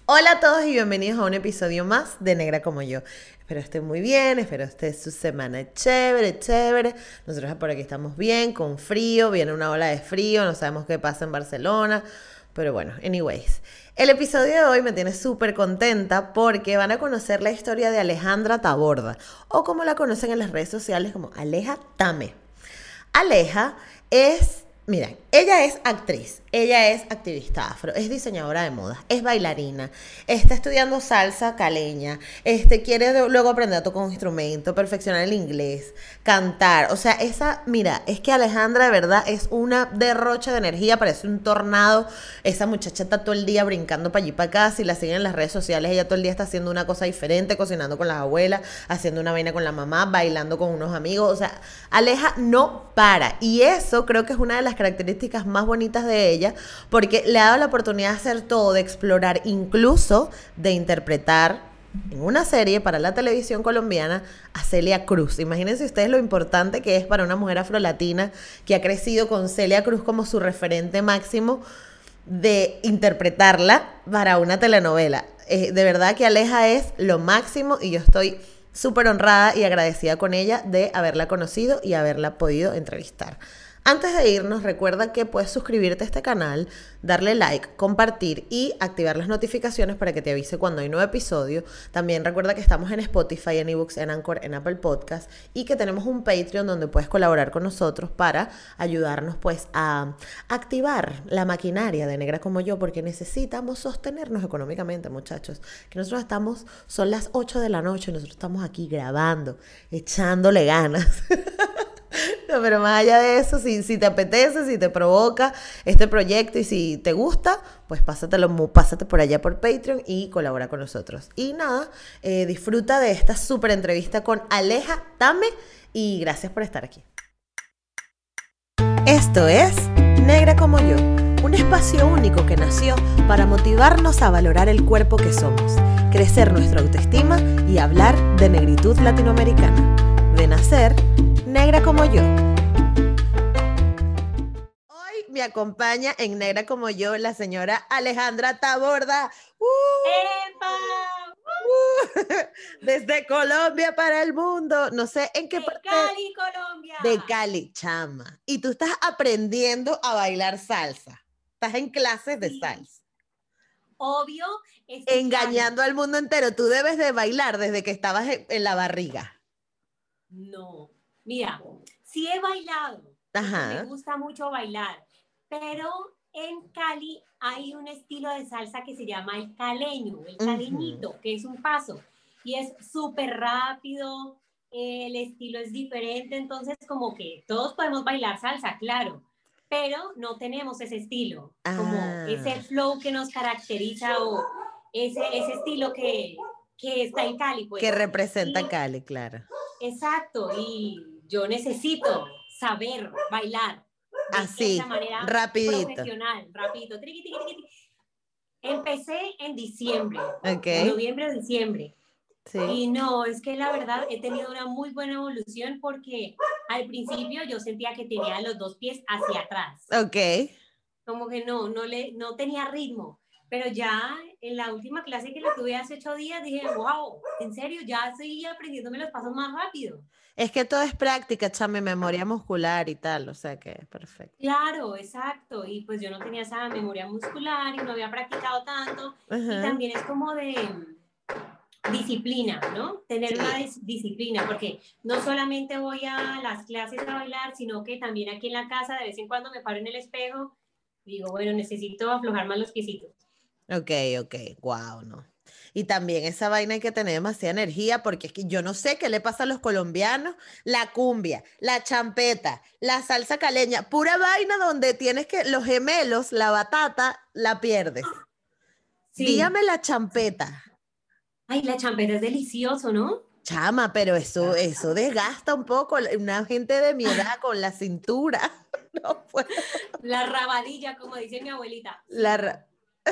Hola a todos y bienvenidos a un episodio más de Negra como yo. Espero estén muy bien, espero esté su semana chévere, chévere. Nosotros por aquí estamos bien, con frío, viene una ola de frío, no sabemos qué pasa en Barcelona. Pero bueno, anyways. El episodio de hoy me tiene súper contenta porque van a conocer la historia de Alejandra Taborda, o como la conocen en las redes sociales como Aleja Tame. Aleja es, miren, ella es actriz, ella es activista afro, es diseñadora de modas, es bailarina, está estudiando salsa caleña, quiere luego aprender a tocar un instrumento, perfeccionar el inglés, cantar. O sea, mira, es que Alejandra de verdad es una derrocha de energía, parece un tornado. Esa muchacha está todo el día brincando para allí para acá. Si la siguen en las redes sociales, ella todo el día está haciendo una cosa diferente, cocinando con las abuelas, haciendo una vaina con la mamá, bailando con unos amigos. O sea, Aleja no para. Y eso creo que es una de las características más bonitas de ella, porque le ha dado la oportunidad de hacer todo, de explorar, incluso de interpretar en una serie para la televisión colombiana a Celia Cruz. Imagínense ustedes lo importante que es para una mujer afrolatina que ha crecido con Celia Cruz como su referente máximo, de interpretarla para una telenovela. De verdad que Aleja es lo máximo y yo estoy súper honrada y agradecida con ella de haberla conocido y haberla podido entrevistar. Antes de irnos, recuerda que puedes suscribirte a este canal, darle like, compartir y activar las notificaciones para que te avise cuando hay nuevo episodio. También recuerda que estamos en Spotify, en eBooks, en Anchor, en Apple Podcast y que tenemos un Patreon donde puedes colaborar con nosotros para ayudarnos pues a activar la maquinaria de Negra como yo, porque necesitamos sostenernos económicamente, muchachos. Que nosotros son las 8 de la noche y nosotros estamos aquí grabando, echándole ganas. No, pero más allá de eso, si te apetece, si te provoca este proyecto y si te gusta, pues pásate por allá por Patreon y colabora con nosotros. Y nada, disfruta de esta súper entrevista con Aleja Tame y gracias por estar aquí. Esto es Negra como yo, un espacio único que nació para motivarnos a valorar el cuerpo que somos, crecer nuestra autoestima y hablar de negritud latinoamericana. De nacer Negra como yo. Hoy me acompaña en Negra como yo la señora Alejandra Taborda. ¡Epa! Desde Colombia para el mundo. No sé en qué De parte Cali, Colombia. de Cali, chama. Y tú estás aprendiendo a bailar salsa. Estás en clases de Sí, salsa. obvio, es que claro, Engañando al mundo entero. Tú debes de bailar desde que estabas en la barriga. no. Mira, sí he bailado, porque me Ajá. gusta mucho bailar, pero en Cali hay un estilo de salsa que se llama el caleño, el Uh-huh. caleñito, que es un paso, y es súper rápido, el estilo es diferente, entonces como que todos podemos bailar salsa, claro, pero no tenemos ese estilo, como ese Ah. flow que nos caracteriza o ese estilo que está en Cali, Que pues. representa Y Cali, claro. exacto, y yo necesito saber bailar de esa Así, manera rapidito. profesional, rapidito. Triqui, triqui, triqui. Empecé en diciembre, Ok, en noviembre o diciembre. sí. Y no, es que la verdad he tenido una muy buena evolución porque al principio yo sentía que tenía los dos pies hacia atrás. Ok. Como que no tenía ritmo. Pero ya en la última clase que la tuve hace 8 días dije, wow, en serio, ya estoy aprendiéndome los pasos más rápido. Es que todo es práctica, chame, memoria muscular y tal, o sea que perfecto. Claro, exacto. Y pues yo no tenía esa memoria muscular y no había practicado tanto. Y Ajá. también es como de disciplina, ¿no? Tener una Sí. disciplina, porque no solamente voy a las clases a bailar, sino que también aquí en la casa de vez en cuando me paro en el espejo y digo, bueno, necesito aflojar más los piecitos. Ok, ok, wow, no. Y también esa vaina hay que tener demasiada energía porque es que yo no sé qué le pasa a los colombianos, la cumbia, la champeta, la salsa caleña, pura vaina donde tienes que, los gemelos, la batata, la pierdes. Sí. Dígame la champeta. Ay, la champeta es delicioso, ¿no? Chama, pero eso desgasta un poco una gente de mi edad con la cintura. No puedo. La rabadilla, como dice mi abuelita. La Sí, ra- no.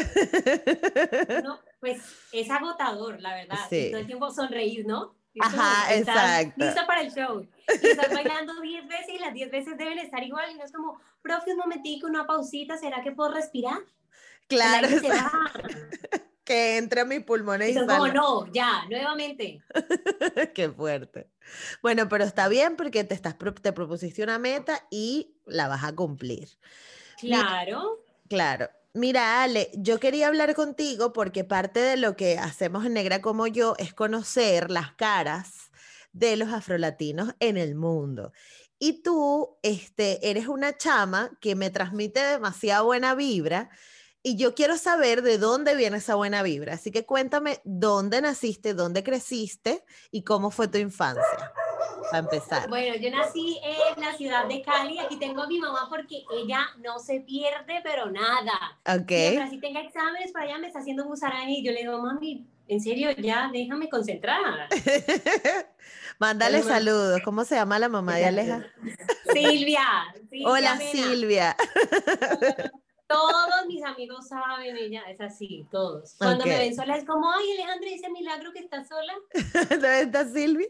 Uno, pues es agotador, la verdad. Y todo Sí. el tiempo sonreír, ¿no? Es como, Ajá, estás exacto. lista para el show. Y estás bailando 10 veces y las 10 veces deben estar igual. Y no es como, profe, un momentico, una pausita, ¿será que puedo respirar? El Claro, aire se va. que entre a mis pulmones Y y son como, salga. no, ya, nuevamente. Qué fuerte. Bueno, pero está bien porque te propusiste una meta y la vas a cumplir. Mira, Claro. claro. Mira, Ale, yo quería hablar contigo porque parte de lo que hacemos en Negra como yo es conocer las caras de los afrolatinos en el mundo. Y tú, eres una chama que me transmite demasiada buena vibra y yo quiero saber de dónde viene esa buena vibra. Así que cuéntame dónde naciste, dónde creciste y cómo fue tu infancia, para empezar. Bueno, yo nací en la ciudad de Cali. Aquí tengo a mi mamá porque ella no se pierde, pero nada. Ok. Siempre así tenga exámenes, para allá me está haciendo musaraña y yo le digo, mami, en serio, ya déjame concentrar. Mándale Además, saludos. ¿Cómo se llama la mamá de exacto. Aleja? Silvia, Silvia Hola, Mena. Silvia. Todos mis amigos saben, ella es así, todos. Ok. Cuando me ven sola es como, ay, Alejandra, ese milagro que está sola. ¿Dónde está Silvia?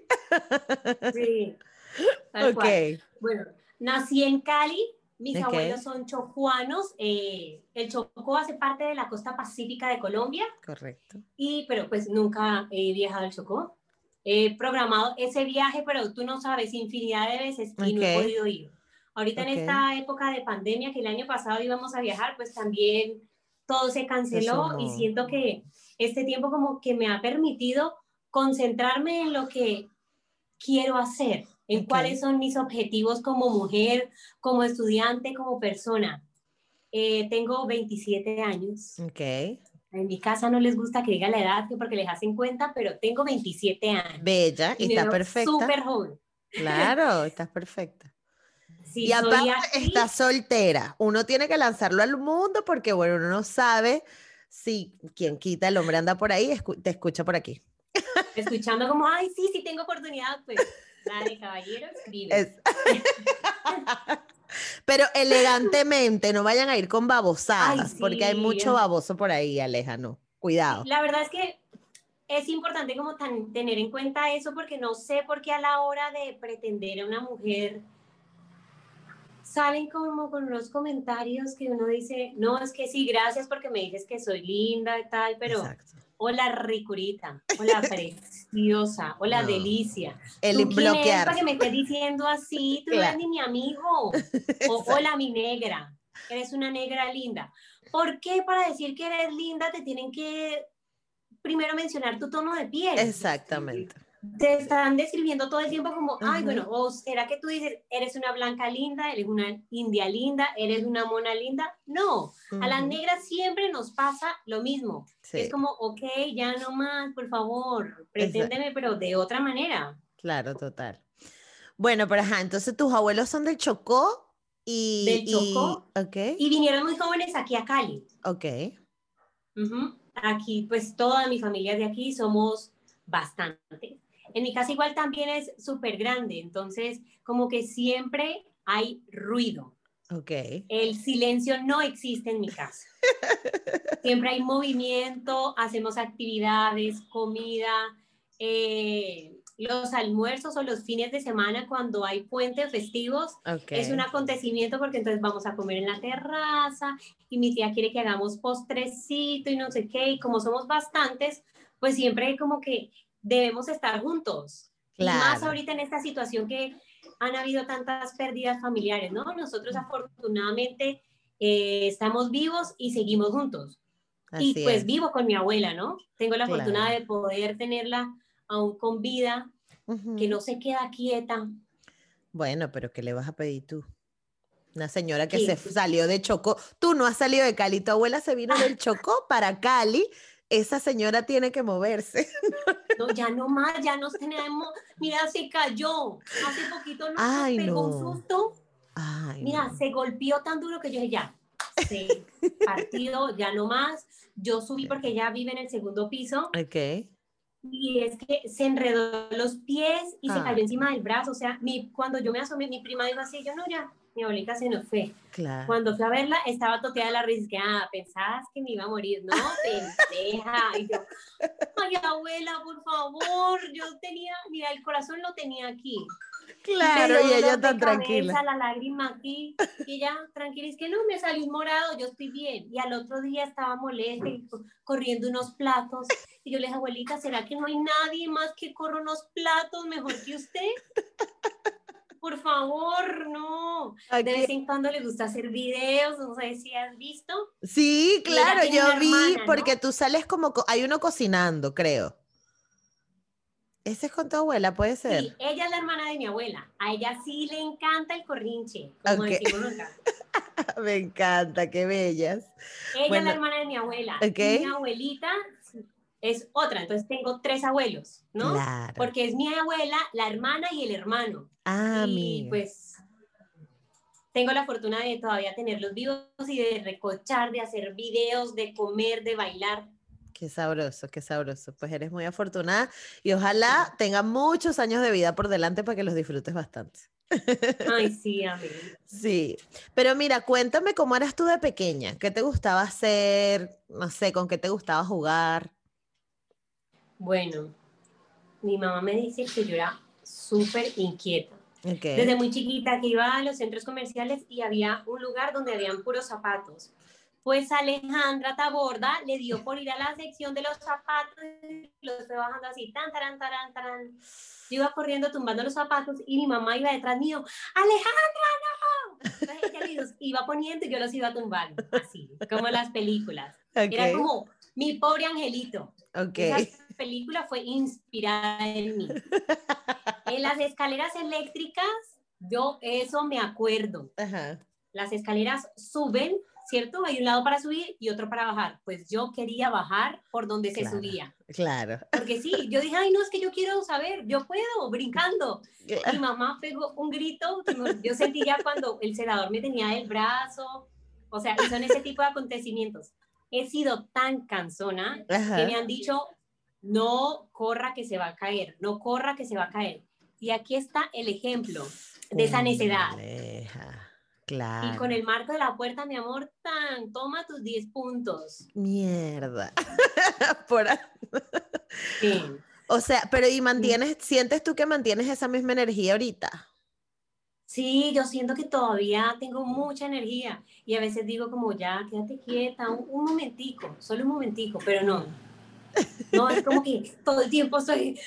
Sí, tal Ok. cual. Bueno, nací en Cali, mis Ok. abuelos son chocuanos, el Chocó hace parte de la costa pacífica de Colombia, Correcto. pero pues nunca he viajado al Chocó. He programado ese viaje, pero tú no sabes, infinidad de veces y no he Ok. podido ir. Ahorita en Ok. esta época de pandemia, que el año pasado íbamos a viajar, pues también todo se Se canceló y sumó. siento que este tiempo como que me ha permitido concentrarme en lo que quiero hacer, en Ok. cuáles son mis objetivos como mujer, como estudiante, como persona. Tengo 27 años. Ok. En mi casa no les gusta que diga la edad porque les hacen cuenta, pero tengo 27 años Bella. y Y me está veo perfecta. súper joven. Claro, estás perfecta. Y Sí, soy aparte estás actriz, soltera. Uno tiene que lanzarlo al mundo porque, bueno, uno no sabe si quien quita el hombre anda por ahí, te escucha por aquí. escuchando como, ay, sí, sí tengo oportunidad, pues dale, caballero, escribe. Es- Pero elegantemente, no vayan a ir con Ay, babosadas, porque hay sí. mucho baboso por ahí, Aleja, no. Sí, Cuidado. la verdad es que es importante como tener en cuenta eso porque no sé por qué a la hora de pretender a una mujer salen como con unos comentarios que uno dice, no, es que sí, gracias porque me dices que soy linda y tal, pero Exacto. hola ricurita, hola preciosa, hola No. delicia. El ¿Tú quién eres bloquear. para que me estés diciendo así? Tú no eres Claro. ni mi amigo. O hola Exacto. mi negra, eres una negra linda. ¿Por qué para decir que eres linda te tienen que primero mencionar tu tono de piel? Exactamente. Te están describiendo todo el tiempo como, ay, Ajá. bueno, o será que tú dices, eres una blanca linda, eres una india linda, eres una mona linda. No, a las Ujú. negras siempre nos pasa lo mismo. Es Sí. como, ok, ya no más, por favor, Exacto. preténdeme, pero de otra manera. Claro, total. Bueno, pero ajá, entonces tus abuelos son del Chocó Del Chocó. ok, Y vinieron muy jóvenes aquí a Cali. ok, Ujú. Aquí, pues toda mi familia es de aquí, somos bastantes. En mi casa igual también es súper grande, entonces como que siempre hay ruido. ok. El silencio no existe en mi casa. Siempre hay movimiento, hacemos actividades, comida, los almuerzos o los fines de semana cuando hay puentes festivos Ok, es un acontecimiento porque entonces vamos a comer en la terraza y mi tía quiere que hagamos postrecito y no sé qué y como somos bastantes, pues siempre como que debemos estar juntos. Y más claro, ahorita en esta situación que han habido tantas pérdidas familiares, ¿no? Nosotros afortunadamente estamos vivos y seguimos juntos. Y así pues es, vivo con mi abuela, ¿no? Tengo la fortuna claro. de poder tenerla aún con vida, que Ujú. no se queda quieta, Bueno, pero ¿qué le vas a pedir tú? Una señora que que salió de Chocó. Tú no has salido de Cali, tu abuela se vino del Chocó para Cali. Esa señora tiene que moverse. no, ya no más, ya nos tenemos, mira, se cayó, hace poquito nos Ay, pegó un no. susto, Ay, mira, no. se golpeó tan duro que yo dije, ya, se partido, ya no más, yo subí porque ella vive en el segundo piso, Ok. y es que se enredó los pies y se cayó Ay, encima del brazo. O sea, cuando yo me asomé, mi prima dijo así, yo no, ya, mi abuelita se nos fue. claro. Cuando fui a verla, estaba toteada de la risa, que, pensabas que me iba a morir, ¿no? Pendeja. Y yo, ay, abuela, por favor, yo tenía, mira, el corazón lo tenía aquí. Me Claro, dio y ella dolor de tan tranquila. cabeza, la lágrima aquí, y ella tranquila, es que no, me salió un morado, yo estoy bien. Y al otro día estaba molesta y corriendo unos platos. Y yo le dije, abuelita, ¿será que no hay nadie más que corra unos platos mejor que usted? Por favor, no. De Aquí. vez en cuando le gusta hacer videos, no sé si has visto. Sí, Y ella claro, tiene una yo vi, hermana, porque ¿no? tú sales como, hay uno cocinando, creo. Ese es con tu abuela, puede Sí, ser. ella es la hermana de mi abuela. A ella sí le encanta el corrinche, como Ok, decimos acá. me encanta, qué bellas. Ella es la Bueno, hermana de mi abuela ok, y mi abuelita es otra. Entonces tengo tres abuelos, ¿no? claro. Porque es mi abuela, la hermana y el hermano. Ah, Y mira, pues tengo la fortuna de todavía tenerlos vivos y de recochar, de hacer videos, de comer, de bailar. qué sabroso, qué sabroso. Pues eres muy afortunada y ojalá tenga muchos años de vida por delante para que los disfrutes bastante. Ay, sí, amén. Sí, pero mira, cuéntame cómo eras tú de pequeña, qué te gustaba hacer, no sé, con qué te gustaba jugar. Bueno, mi mamá me dice que yo era súper inquieta. Ok. Desde muy chiquita que iba a los centros comerciales y había un lugar donde habían puros zapatos. Pues Alejandra Taborda le dio por ir a la sección de los zapatos y los fue bajando así, tan, taran, taran, taran. Yo iba corriendo tumbando los zapatos y mi mamá iba detrás mío, Alejandra, no. Entonces ella los iba poniendo y yo los iba tumbando, así, como las películas. Ok, Era como mi pobre angelito. ok. Esa película fue inspirada en mí. En las escaleras eléctricas, yo eso me acuerdo. Ajá, Las escaleras suben, ¿cierto? Hay un lado para subir y otro para bajar. Pues yo quería bajar por donde se claro, subía. claro. Porque sí, yo dije, ay, no, es que yo quiero saber, yo puedo, brincando. Mi Claro. mamá pegó un grito que yo sentí ya cuando el celador me tenía del brazo. O sea, y son ese tipo de acontecimientos. He sido tan cansona que me Ajá. han dicho, no corra que se va a caer, no corra que se va a caer. Y aquí está el ejemplo de esa Coño, necedad. Aleja. Y con Claro. el marco de la puerta, mi amor, tan, toma tus 10 puntos. Mierda. Por ahí. Sí. O sea, pero ¿y mantienes, sientes tú que mantienes esa misma energía ahorita? Sí, yo siento que todavía tengo mucha energía y a veces digo como ya, quédate quieta, un momentico, solo un momentico, pero no, no, es como que todo el tiempo estoy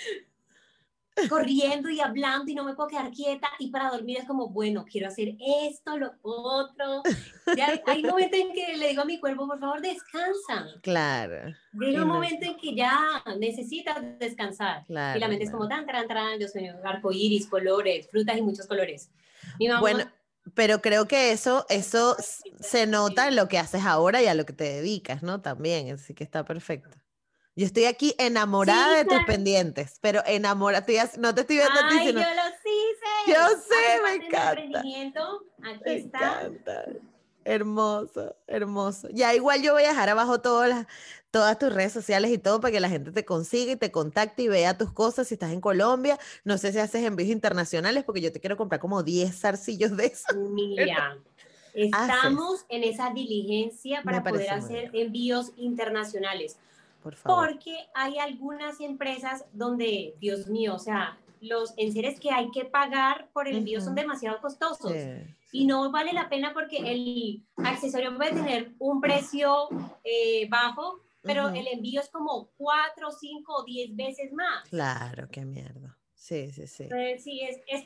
corriendo y hablando y no me puedo quedar quieta y para dormir es como, bueno, quiero hacer esto, lo otro. Ya hay momentos en que le digo a mi cuerpo, por favor, descansa. Claro. Llega Y un no, momento en que ya necesitas descansar y la claro, mente es como claro. tan, tan, tan, yo sueño arcoíris, colores, frutas y muchos colores. Mi Bueno, mamá, pero creo que eso se nota en lo que haces ahora y a lo que te dedicas, ¿no? También, así que está perfecto. Yo estoy aquí enamorada sí, de tus claro. pendientes, pero enamorada, no te estoy viendo a ti, Ay, yo sino, los yo hice. Hace sé, me parte de mi encanta, emprendimiento. Aquí me está. encanta. Hermoso, hermoso. Ya igual yo voy a dejar abajo todas tus redes sociales y todo para que la gente te consiga y te contacte y vea tus cosas si estás en Colombia. No sé si haces envíos internacionales porque yo te quiero comprar como 10 zarcillos de eso. Mira, Haces. estamos en esa diligencia Me para poder parece muy hacer bien. envíos internacionales. Por favor. Porque hay algunas empresas donde, Dios mío, o sea, los enseres que hay que pagar por el envío son Ujú. demasiado costosos Sí, y sí. no vale la pena porque el accesorio puede tener un precio bajo, pero el Ujú. envío es como 4, 5 o 10 veces más. Claro, qué mierda. Sí, sí, sí. Entonces, sí,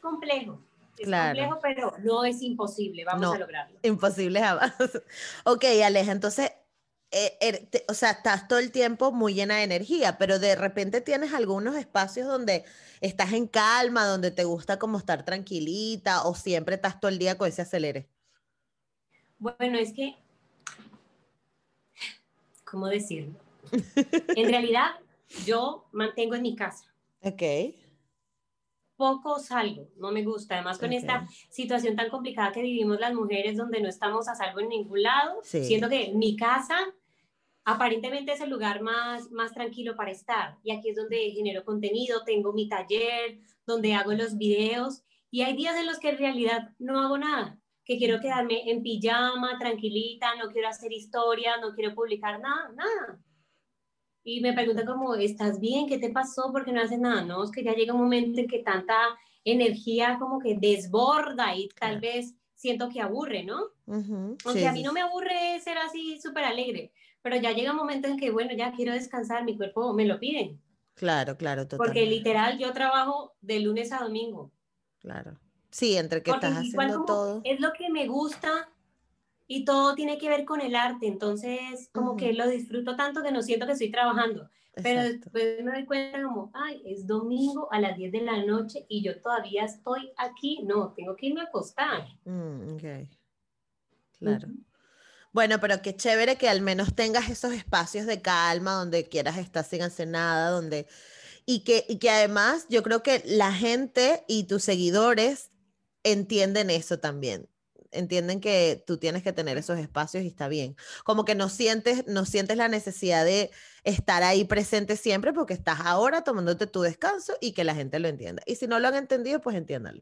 es Claro. complejo, pero no es imposible, vamos a No, lograrlo. imposible jamás. Ok, Aleja, entonces, o sea, estás todo el tiempo muy llena de energía, pero de repente tienes algunos espacios donde estás en calma, donde te gusta como estar tranquilita, o siempre estás todo el día con ese acelere. Bueno, es que, ¿cómo decirlo? En realidad, yo mantengo en mi casa. Ok, Poco salgo, no me gusta. Además, con esta ok. situación tan complicada que vivimos las mujeres, donde no estamos a salvo en ningún lado, siento Sí, que mi casa aparentemente es el lugar más tranquilo para estar. Y aquí es donde genero contenido, tengo mi taller, donde hago los videos. Y hay días en los que en realidad no hago nada, que quiero quedarme en pijama, tranquilita, no quiero hacer historia, no quiero publicar nada, nada. Y me preguntan como, ¿estás bien? ¿Qué te pasó? ¿Por qué no haces nada? No, es que ya llega un momento en que tanta energía como que desborda y tal Claro. vez siento que aburre, ¿no? Aunque Sí, a mí sí, no sí. me aburre ser así súper alegre, pero ya llega un momento en que, bueno, ya quiero descansar, mi cuerpo me lo pide, Claro, claro, porque totalmente. literal yo trabajo de lunes a domingo, Claro. Sí, entre que porque estás igual haciendo como todo. es lo que me gusta y todo tiene que ver con el arte, entonces como que Ujú, lo disfruto tanto que no siento que estoy trabajando, pero exacto. después me doy cuenta como, ay, es domingo a las 10 de la noche y yo todavía estoy aquí, no, tengo que irme a acostar. Ok, claro. Bueno, pero qué chévere que al menos tengas esos espacios de calma donde quieras estar sin hacer nada, donde y que además yo creo que la gente y tus seguidores entienden eso también. Entienden que tú tienes que tener esos espacios y está bien. Como que no sientes la necesidad de estar ahí presente siempre porque estás ahora tomándote tu descanso y que la gente lo entienda. Y si no lo han entendido, pues entiéndalo.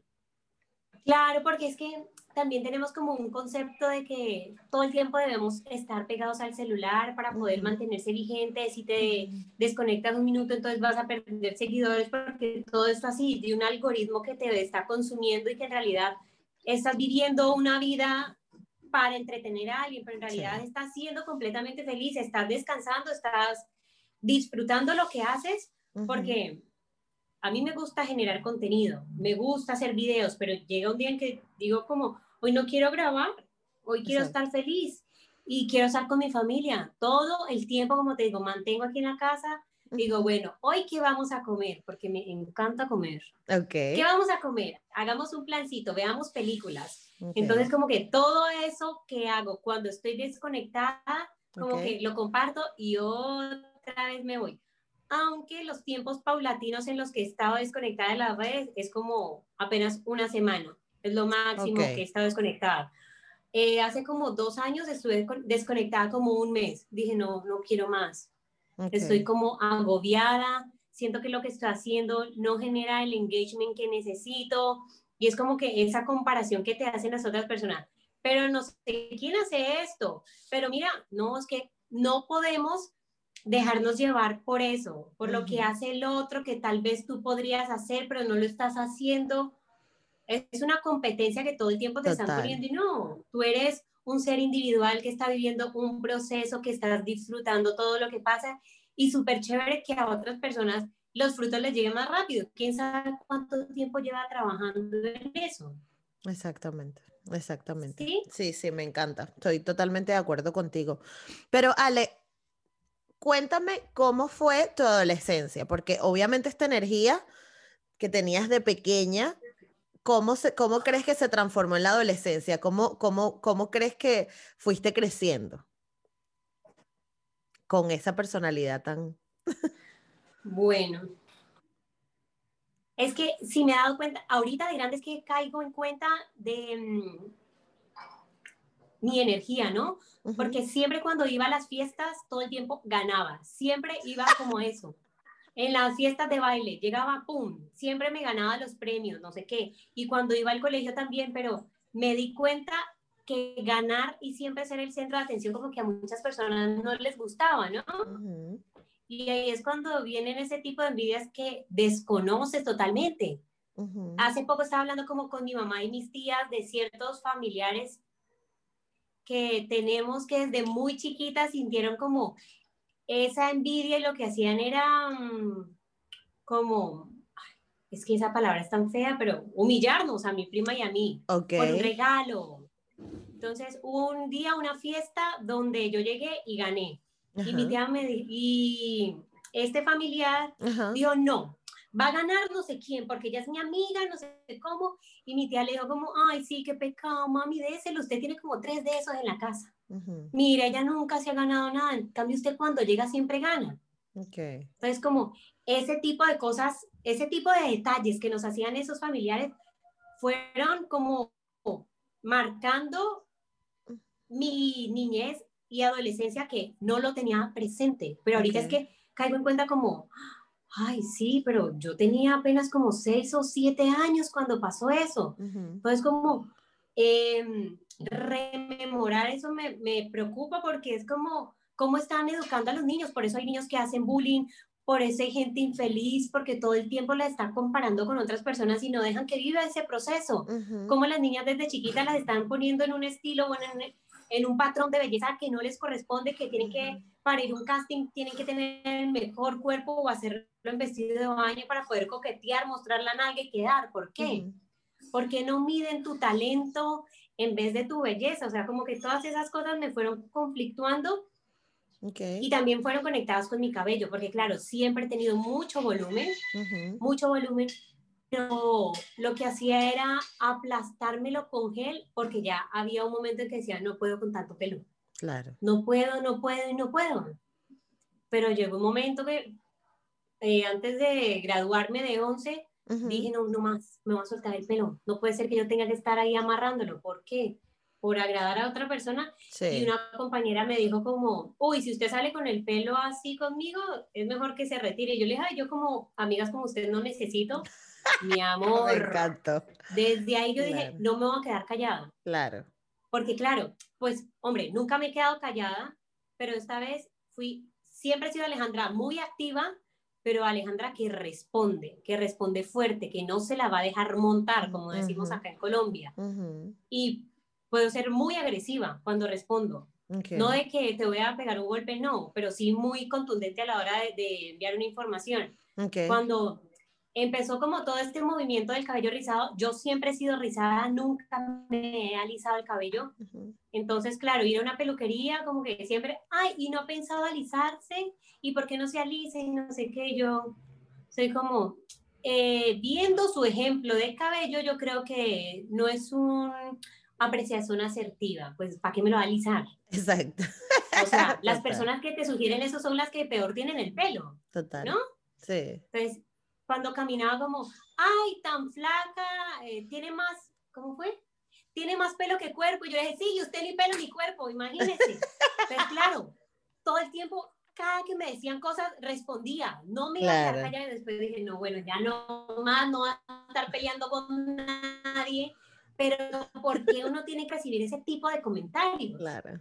Claro, porque es que también tenemos como un concepto de que todo el tiempo debemos estar pegados al celular para poder Ujú, mantenerse vigente. Si te ujú. desconectas un minuto, entonces vas a perder seguidores porque todo esto así de un algoritmo que te está consumiendo y que en realidad estás viviendo una vida para entretener a alguien, pero en realidad Sí. estás siendo completamente feliz, estás descansando, estás disfrutando lo que haces, Ujú, porque a mí me gusta generar contenido, me gusta hacer videos, pero llega un día en que digo como, hoy no quiero grabar, hoy quiero exacto. estar feliz y quiero estar con mi familia. Todo el tiempo, como te digo, mantengo aquí en la casa, digo, Ujú. bueno, hoy qué vamos a comer, porque me encanta comer. Ok, ¿Qué vamos a comer? Hagamos un plancito, veamos películas. ok, Entonces, como que todo eso que hago cuando estoy desconectada, como ok. que lo comparto y otra vez me voy. Aunque los tiempos paulatinos en los que he estado desconectada de las redes es como apenas una semana, es lo Ok, máximo que he estado desconectada. Hace como 2 años estuve desconectada como un mes. Dije, no, no quiero más. Estoy ok. como agobiada, siento que lo que estoy haciendo no genera el engagement que necesito y es como que esa comparación que te hacen las otras personas, pero no sé quién hace esto, pero mira, no, es que no podemos dejarnos llevar por eso, por lo que Ujú, hace el otro que tal vez tú podrías hacer, pero no lo estás haciendo. Es una competencia que todo el tiempo te están total. poniendo y no, tú eres un ser individual que está viviendo un proceso, que estás disfrutando todo lo que pasa y súper chévere que a otras personas los frutos les lleguen más rápido. ¿Quién sabe cuánto tiempo lleva trabajando en eso? Exactamente, exactamente. ¿Sí? Sí, sí, me encanta. Estoy totalmente de acuerdo contigo. Pero Ale, cuéntame cómo fue tu adolescencia, porque obviamente esta energía que tenías de pequeña, ¿cómo crees que se transformó en la adolescencia? ¿Cómo crees que fuiste creciendo con esa personalidad tan... Bueno, es que si me he dado cuenta, ahorita de grande es que caigo en cuenta de mi energía, ¿no? Ujú, Porque siempre cuando iba a las fiestas, todo el tiempo ganaba, siempre iba como eso. En las fiestas de baile, llegaba, ¡pum!, siempre me ganaba los premios, no sé qué. Y cuando iba al colegio también, pero me di cuenta que ganar y siempre ser el centro de atención como que a muchas personas no les gustaba, ¿no? ujú, Y ahí es cuando vienen ese tipo de envidias que desconoces totalmente. ujú. Hace poco estaba hablando como con mi mamá y mis tías de ciertos familiares que tenemos que desde muy chiquitas sintieron como esa envidia y lo que hacían era como, es que esa palabra es tan fea, pero humillarnos a mi prima y a mí Ok. por un regalo. Entonces, hubo un día, una fiesta donde yo llegué y gané. Y mi Ajá, tía me dijo, y este familiar ajá. dijo, no, va a ganar no sé quién, porque ella es mi amiga, no sé cómo. Y mi tía le dijo como, ay, sí, qué pecado, mami, déselo, usted tiene como 3 de esos en la casa. Ujú, Mire, ella nunca se ha ganado nada, en cambio usted cuando llega siempre gana. ok. Entonces, como ese tipo de cosas, ese tipo de detalles que nos hacían esos familiares fueron como marcando mi niñez y adolescencia que no lo tenía presente, pero ahorita es Ok. que caigo en cuenta como, ay, sí, pero yo tenía apenas como 6 o 7 años cuando pasó eso. Ujú, Entonces, como rememorar eso me preocupa porque es como, cómo están educando a los niños. Por eso hay niños que hacen bullying, por eso hay gente infeliz, porque todo el tiempo la está comparando con otras personas y no dejan que viva ese proceso. Como las niñas desde chiquitas las están poniendo en un estilo, bueno, en un patrón de belleza que no les corresponde, que tienen que, para ir a un casting, tienen que tener el mejor cuerpo o hacerlo en vestido de baño para poder coquetear, mostrar la nalga y quedar. ¿Por qué? ¿Por qué no miden tu talento en vez de tu belleza? O sea, como que todas esas cosas me fueron conflictuando. Y también fueron conectadas con mi cabello, porque claro, siempre he tenido mucho volumen, pero lo que hacía era aplastármelo con gel, porque ya había un momento en que decía, no puedo con tanto pelo. Claro. No puedo, no puedo y no puedo. Pero llegó un momento que antes de graduarme de 11, dije, no, no más, me voy a soltar el pelo. No puede ser que yo tenga que estar ahí amarrándolo. ¿Por qué? Por agradar a otra persona. Sí. Y una compañera me dijo como, uy, si usted sale con el pelo así conmigo, es mejor que se retire. Y yo le dije, ay, yo como amigas como usted no necesito, mi amor. Me encantó. Desde ahí yo Claro. dije, no me voy a quedar callada. Claro. Porque claro, pues, hombre, nunca me he quedado callada, pero esta vez siempre he sido Alejandra muy activa, pero Alejandra que responde fuerte, que no se la va a dejar montar, como decimos acá en Colombia. Y puedo ser muy agresiva cuando respondo. No de que te voy a pegar un golpe, no, pero sí muy contundente a la hora de enviar una información. Cuando empezó como todo este movimiento del cabello rizado, yo siempre he sido rizada, nunca me he alisado el cabello. Entonces, claro, ir a una peluquería, como que siempre, ay, y no ha pensado alisarse, y por qué no se alice, y no sé qué, yo soy como, viendo su ejemplo de cabello, yo creo que no es una apreciación asertiva, pues, ¿para qué me lo va a alisar? Exacto. O sea, las personas que te sugieren eso son las que peor tienen el pelo, Total. ¿no? Sí. Entonces, cuando caminaba como, ay, tan flaca, tiene más, ¿cómo fue? Tiene más pelo que cuerpo. Y yo le dije, sí, y usted ni pelo ni cuerpo, imagínese. Pero claro, todo el tiempo, cada que me decían cosas, respondía. No me iba a quedar callada y después dije, no, bueno, ya no más, no voy a estar peleando con nadie. Pero ¿por qué uno tiene que recibir ese tipo de comentarios? Claro.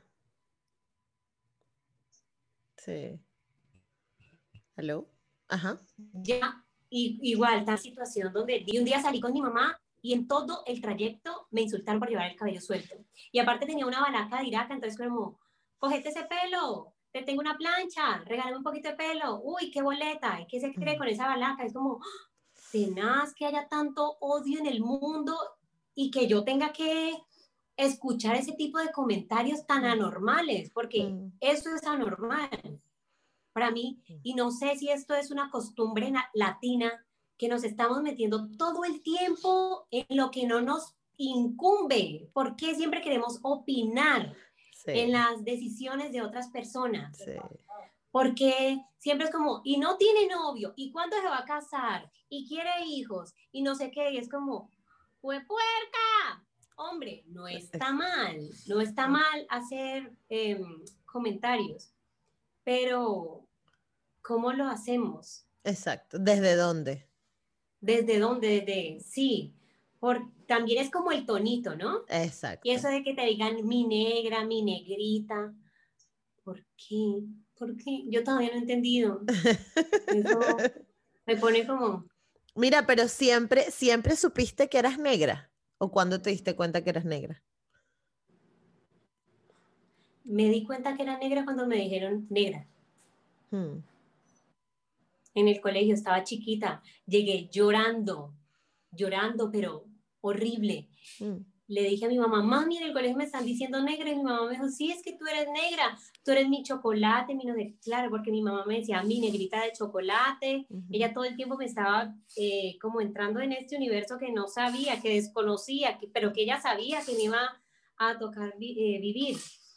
Sí. ¿Aló? Ajá. Ya, igual, esta situación donde un día salí con mi mamá y en todo el trayecto me insultaron por llevar el cabello suelto. Y aparte tenía una balaca de Iraca, entonces como, cogete ese pelo, te tengo una plancha, regálame un poquito de pelo, uy, qué boleta, ¿qué se cree con esa balaca? Es como, tenaz que haya tanto odio en el mundo y que yo tenga que escuchar ese tipo de comentarios tan anormales, porque eso es anormal para mí, y no sé si esto es una costumbre latina, que nos estamos metiendo todo el tiempo en lo que no nos incumbe. ¿Por qué siempre queremos opinar en las decisiones de otras personas? Sí. Porque siempre es como, y no tiene novio, y cuándo se va a casar, y quiere hijos, y no sé qué, y es como, ¡fue puerca! Hombre, no está mal hacer comentarios, pero ¿cómo lo hacemos? Exacto. ¿Desde dónde? ¿Desde dónde? Sí, también es como el tonito, ¿no? Exacto. Y eso de que te digan mi negra, mi negrita, ¿por qué? ¿Por qué? Yo todavía no he entendido. Eso me pone como, Mira, pero siempre supiste que eras negra. ¿O cuándo te diste cuenta que eras negra? me di cuenta que era negra cuando me dijeron negra. Hmm. En el colegio estaba chiquita, llegué llorando, pero horrible. Le dije a mi mamá, mami, en el colegio me están diciendo negra, y mi mamá me dijo, sí, es que tú eres negra, tú eres mi chocolate, mi no sé, claro, porque mi mamá me decía, mi negrita de chocolate, ella todo el tiempo me estaba como entrando en este universo que no sabía, que desconocía, pero que ella sabía que me iba a tocar vivir.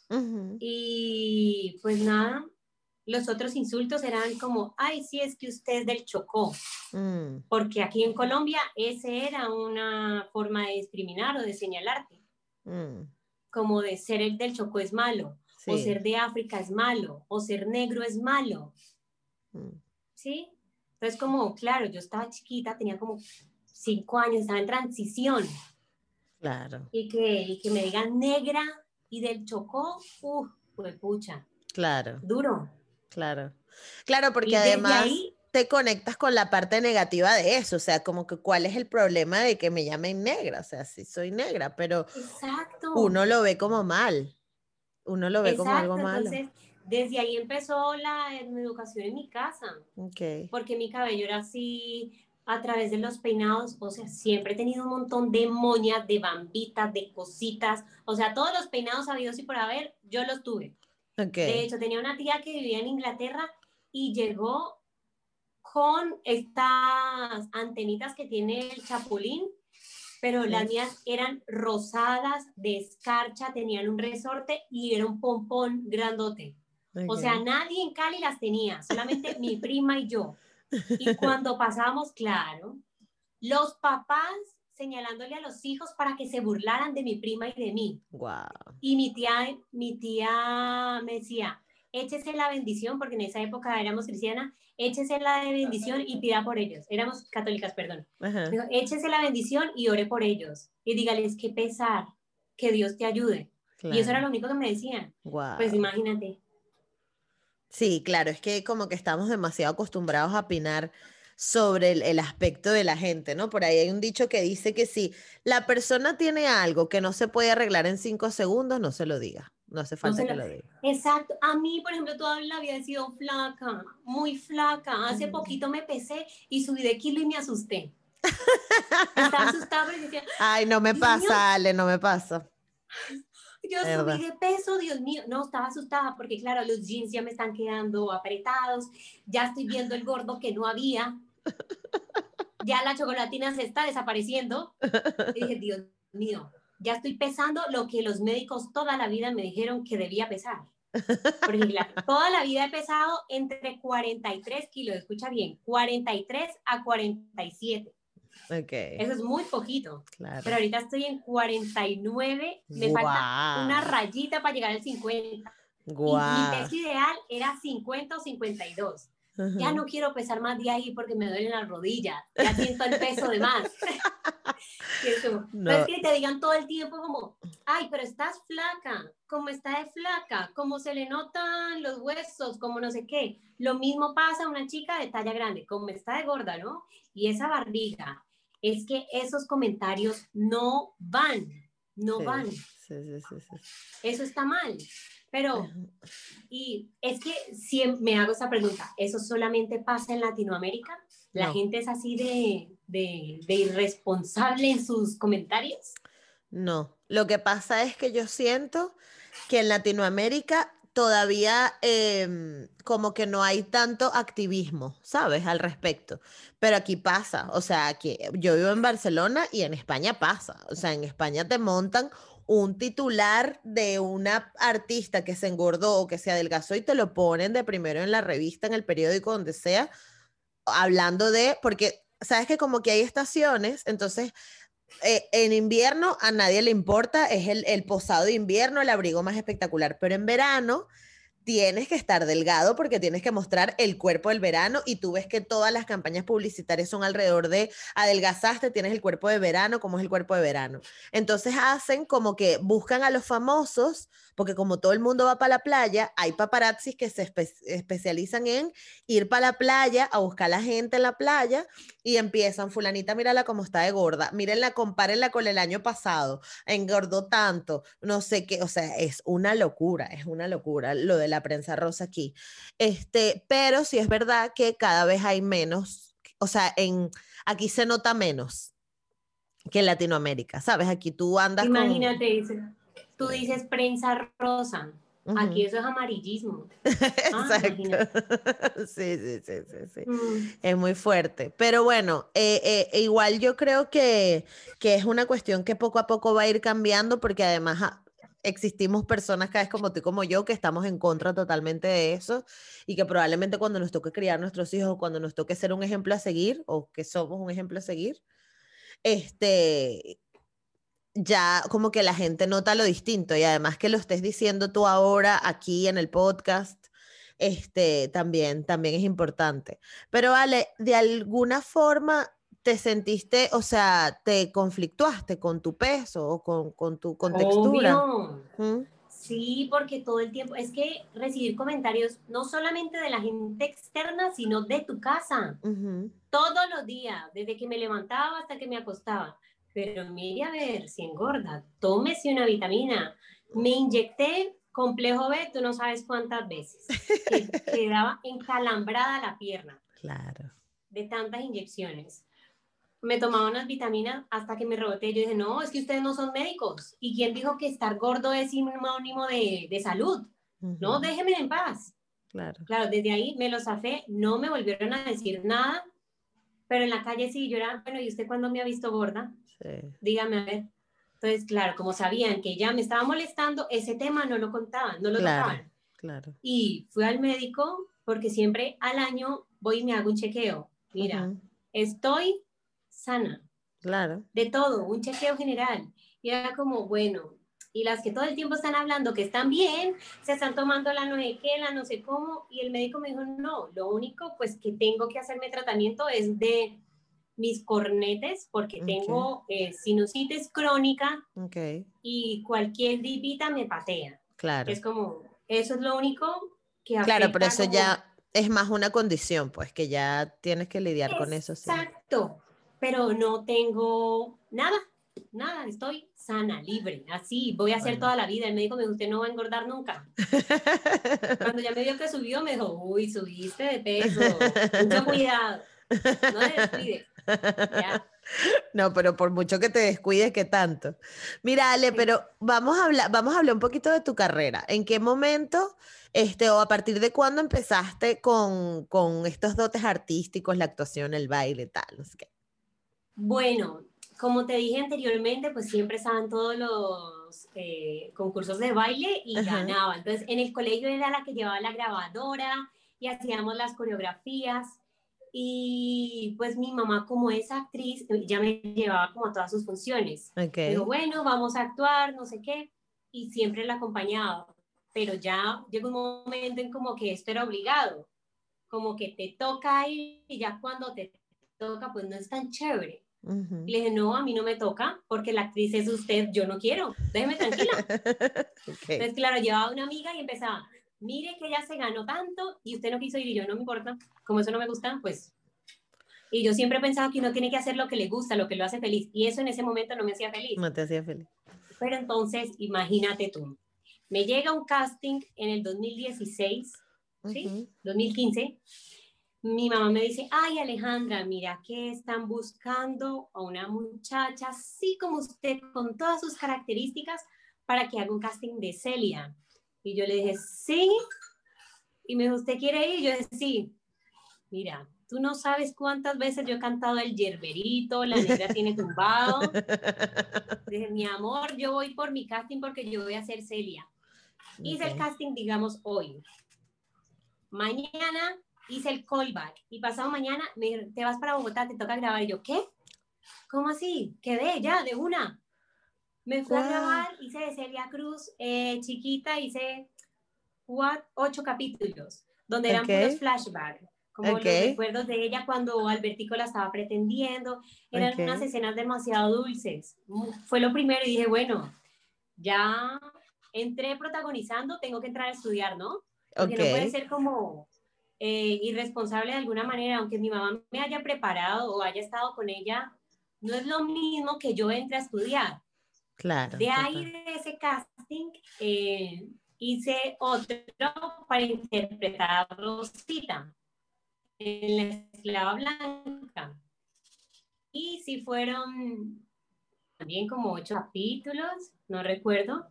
Y pues nada, los otros insultos eran como, ay, sí, es que usted es del Chocó. Porque aquí en Colombia ese era una forma de discriminar o de señalarte. Como de ser el del Chocó es malo, sí. O ser de África es malo, o ser negro es malo. ¿Sí? Entonces como, claro, yo estaba chiquita, tenía como 5 años, estaba en transición. Claro. Y que me digan negra y del Chocó, pues pucha. Claro. Duro. Claro. Claro, porque Y desde además... ahí te conectas con la parte negativa de eso, o sea, como que cuál es el problema de que me llamen negra, o sea, sí soy negra, pero Exacto, uno lo ve como mal, uno lo ve como algo exacto. malo. Entonces, desde ahí empezó mi educación en mi casa, Ok. porque mi cabello era así a través de los peinados, o sea, siempre he tenido un montón de moñas, de bambitas, de cositas, o sea, todos los peinados habidos y por haber, yo los tuve. De Ok. hecho, tenía una tía que vivía en Inglaterra y llegó con estas antenitas que tiene el chapulín, pero las Sí. mías eran rosadas, de escarcha, tenían un resorte y era un pompón grandote. O sea, Okay. nadie en Cali las tenía, solamente mi prima y yo. Y cuando pasábamos, claro, los papás señalándole a los hijos para que se burlaran de mi prima y de mí. Wow. Y mi tía me decía, échese la bendición, porque en esa época éramos cristianas, échese la bendición y pida por ellos. Éramos católicas, perdón. Ajá. Dijo, échese la bendición y ore por ellos. Y dígales qué pesar, que Dios te ayude. Y eso era Claro. lo único que me decían. Pues Wow. imagínate. Sí, claro, es que como que estamos demasiado acostumbrados a opinar sobre el aspecto de la gente, ¿no? Por ahí hay un dicho que dice que si la persona tiene algo que no se puede arreglar en 5 segundos, no se lo diga. No hace No falta sé que lo... lo diga. Exacto. A mí, por ejemplo, toda la vida he sido flaca, muy flaca. Hace Mm. poquito me pesé y subí de kilo y me asusté. Estaba asustada porque decía, Ay, no me Dios mío, pasa, Ale, no me pasa. yo subí ¿Verdad? de peso, Dios mío. No, estaba asustada porque, claro, los jeans ya me están quedando apretados, ya estoy viendo el gordo que no había, ya la chocolatina se está desapareciendo. Y dije, Dios mío, ya estoy pesando lo que los médicos toda la vida me dijeron que debía pesar. Porque claro, toda la vida he pesado entre 43 kilos, escucha bien, 43 a 47. Ok, Eso es muy poquito. Pero claro. ahorita estoy en 49, me falta una Guau, rayita para llegar al 50. Y mi guau. peso ideal era 50 o 52. Ya Ajá. no quiero pesar más de ahí porque me duelen las rodillas. Ya siento el peso de más. Y es como, no es No, que te digan todo el tiempo como, ay, pero estás flaca, como está de flaca, como se le notan los huesos, como no sé qué. Lo mismo pasa a una chica de talla grande, como está de gorda, ¿no? Y esa barriga, es que esos comentarios no van, no sí, van. sí, sí, sí, sí. Eso está mal. Pero, Ajá. y es que siempre me hago esa pregunta, ¿eso solamente pasa en Latinoamérica? ¿La No. gente es así de irresponsable en sus comentarios? No, lo que pasa es que yo siento que en Latinoamérica todavía como que no hay tanto activismo, ¿sabes? Al respecto. Pero aquí pasa, o sea, aquí yo vivo en Barcelona y en España pasa. O sea, en España te montan un titular de una artista que se engordó o que se adelgazó y te lo ponen de primero en la revista, en el periódico, donde sea, hablando de, porque sabes que como que hay estaciones, entonces en invierno a nadie le importa, es el posado de invierno, el abrigo más espectacular, pero en verano tienes que estar delgado porque tienes que mostrar el cuerpo del verano y tú ves que todas las campañas publicitarias son alrededor de adelgazaste, tienes el cuerpo de verano, ¿cómo es el cuerpo de verano? Entonces hacen como que buscan a los famosos, porque como todo el mundo va para la playa, hay paparazzis que se especializan en ir para la playa a buscar a la gente en la playa y empiezan, fulanita, mírala cómo está de gorda, mírenla, compárenla con el año pasado, engordó tanto, no sé qué, o sea, es una locura lo de la prensa rosa aquí. Pero sí es verdad que cada vez hay menos, o sea, aquí se nota menos que en Latinoamérica, ¿sabes? Aquí tú andas con... Imagínate, tú dices prensa rosa, aquí Ujú. eso es amarillismo. Ah, Exacto. imagínate. Sí, sí, sí, sí, sí. Mm, Es muy fuerte. Pero bueno, igual yo creo que es una cuestión que poco a poco va a ir cambiando porque además existimos personas cada vez como tú y como yo que estamos en contra totalmente de eso y que probablemente cuando nos toque criar nuestros hijos, cuando nos toque ser un ejemplo a seguir o que somos un ejemplo a seguir, este, ya como que la gente nota lo distinto y además que lo estés diciendo tú ahora aquí en el podcast, también es importante. Pero vale, de alguna forma te sentiste, o sea, te conflictuaste con tu peso o con tu textura. obvio. ¿Mm? Sí, porque todo el tiempo, es que recibir comentarios no solamente de la gente externa, sino de tu casa, todos los días, desde que me levantaba hasta que me acostaba. Pero mire a ver si engorda, tómese una vitamina. Me inyecté complejo B, tú no sabes cuántas veces, que quedaba encalambrada la pierna Claro. de tantas inyecciones. Me tomaba unas vitaminas hasta que me reboté. Yo dije, no, es que ustedes no son médicos. ¿Y quién dijo que estar gordo es sinónimo de salud? No, déjenme en paz. Claro. Claro, desde ahí me lo zafé, no me volvieron a decir nada, pero en la calle sí, yo era, bueno, ¿y usted cuándo me ha visto gorda? Sí. Dígame a ver. Entonces, claro, como sabían que ya me estaba molestando, ese tema no lo contaban, no lo tocaban. Claro. Y fui al médico porque siempre al año voy y me hago un chequeo. Mira, estoy sana. Claro. De todo, un chequeo general. Y era como, bueno, y las que todo el tiempo están hablando que están bien, se están tomando la no sé qué, la no sé cómo, y el médico me dijo, no, lo único pues que tengo que hacerme tratamiento es de mis cornetes, porque tengo sinusitis crónica y cualquier gripita me patea. Claro. Es como, eso es lo único que afecta. Claro, pero eso como... ya es más una condición, pues, que ya tienes que lidiar con eso. Sí. Exacto, pero no tengo nada, estoy sana, libre, así, voy a hacer toda la vida. El médico me dijo, usted no va a engordar nunca. Cuando ya me vio que subió, me dijo, uy, subiste de peso, mucho cuidado, no te descuides, ya. No, pero por mucho que te descuides, ¿qué tanto? Mira, Ale, pero vamos a hablar un poquito de tu carrera. ¿En qué momento, o a partir de cuándo empezaste con estos dotes artísticos, la actuación, el baile, tal, no sé qué? Bueno, como te dije anteriormente, pues siempre estaban todos los concursos de baile y ganaba. Entonces, en el colegio era la que llevaba la grabadora y hacíamos las coreografías. Y pues mi mamá, como es actriz, ya me llevaba como a todas sus funciones. Me dijo, bueno, vamos a actuar, no sé qué, y siempre la acompañaba. Pero ya llegó un momento en como que esto era obligado, como que te toca ir y ya cuando te toca, pues no es tan chévere. Y le dije, no, a mí no me toca, porque la actriz es usted, yo no quiero, déjeme tranquila. Entonces, claro, llevaba una amiga y empezaba, mire que ella se ganó tanto y usted no quiso ir, y yo, no me importa, como eso no me gusta, pues. Y yo siempre he pensado que uno tiene que hacer lo que le gusta, lo que lo hace feliz, y eso en ese momento no me hacía feliz. No te hacía feliz. Pero entonces, imagínate tú, me llega un casting en el 2016, ¿sí? 2015, mi mamá me dice, ay Alejandra, mira que están buscando a una muchacha así como usted, con todas sus características, para que haga un casting de Celia. Y yo le dije, sí. Y me dijo, ¿usted quiere ir? Y yo dije, sí. Mira, tú no sabes cuántas veces yo he cantado el yerberito, la negra tiene tumbado. Dije, mi amor, yo voy por mi casting porque yo voy a ser Celia. Hice el casting, digamos, hoy. Mañana hice el callback y pasado mañana me dijeron, te vas para Bogotá, te toca grabar. Y yo, ¿qué? ¿Cómo así? Quedé ya, de una. Me fui a grabar, hice de Celia Cruz, chiquita, hice 8 capítulos, donde eran puros flashbacks, como los recuerdos de ella cuando Albertico la estaba pretendiendo. Eran unas escenas demasiado dulces. Fue lo primero y dije, bueno, ya entré protagonizando, tengo que entrar a estudiar, ¿no? Porque no puede ser como irresponsable de alguna manera, aunque mi mamá me haya preparado o haya estado con ella, no es lo mismo que yo entre a estudiar. Claro. De ahí, de ese casting, hice otro para interpretar a Rosita en La Esclava Blanca. Y sí fueron también como 8 capítulos, no recuerdo.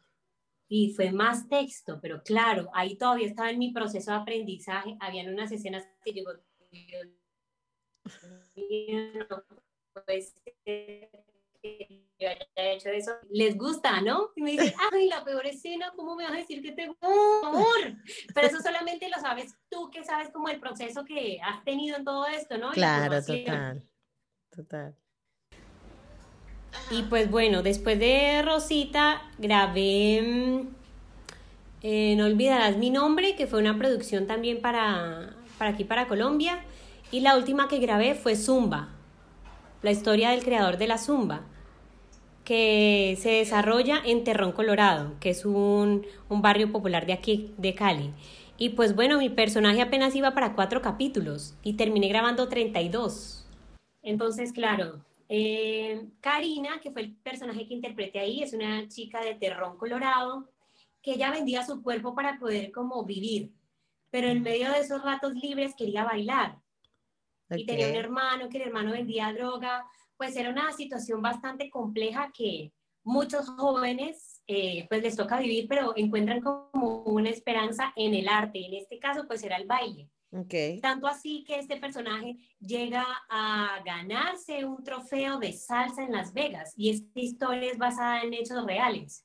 Y fue más texto, pero claro, ahí todavía estaba en mi proceso de aprendizaje. Habían unas escenas que yo, no puede ser que yo haya hecho eso. Les gusta, ¿no? Y me dicen, ay, la peor escena, ¿cómo me vas a decir que te gusta, amor? Pero eso solamente lo sabes tú, que sabes como el proceso que has tenido en todo esto, ¿no? Claro, total. Y pues bueno, después de Rosita grabé No olvidarás mi nombre, que fue una producción también para aquí, para Colombia. Y la última que grabé fue Zumba, la historia del creador de la Zumba, que se desarrolla en Terrón, Colorado, que es un barrio popular de aquí, de Cali. Y pues bueno, mi personaje apenas iba para 4 capítulos y terminé grabando 32. Entonces, claro, Karina, que fue el personaje que interpreté ahí, es una chica de Terrón, Colorado, que ella vendía su cuerpo para poder como vivir, pero en medio de esos ratos libres quería bailar. Y tenía un hermano, que el hermano vendía droga, pues era una situación bastante compleja que muchos jóvenes pues les toca vivir, pero encuentran como una esperanza en el arte, en este caso pues era el baile. Tanto así que este personaje llega a ganarse un trofeo de salsa en Las Vegas, y esta historia es basada en hechos reales.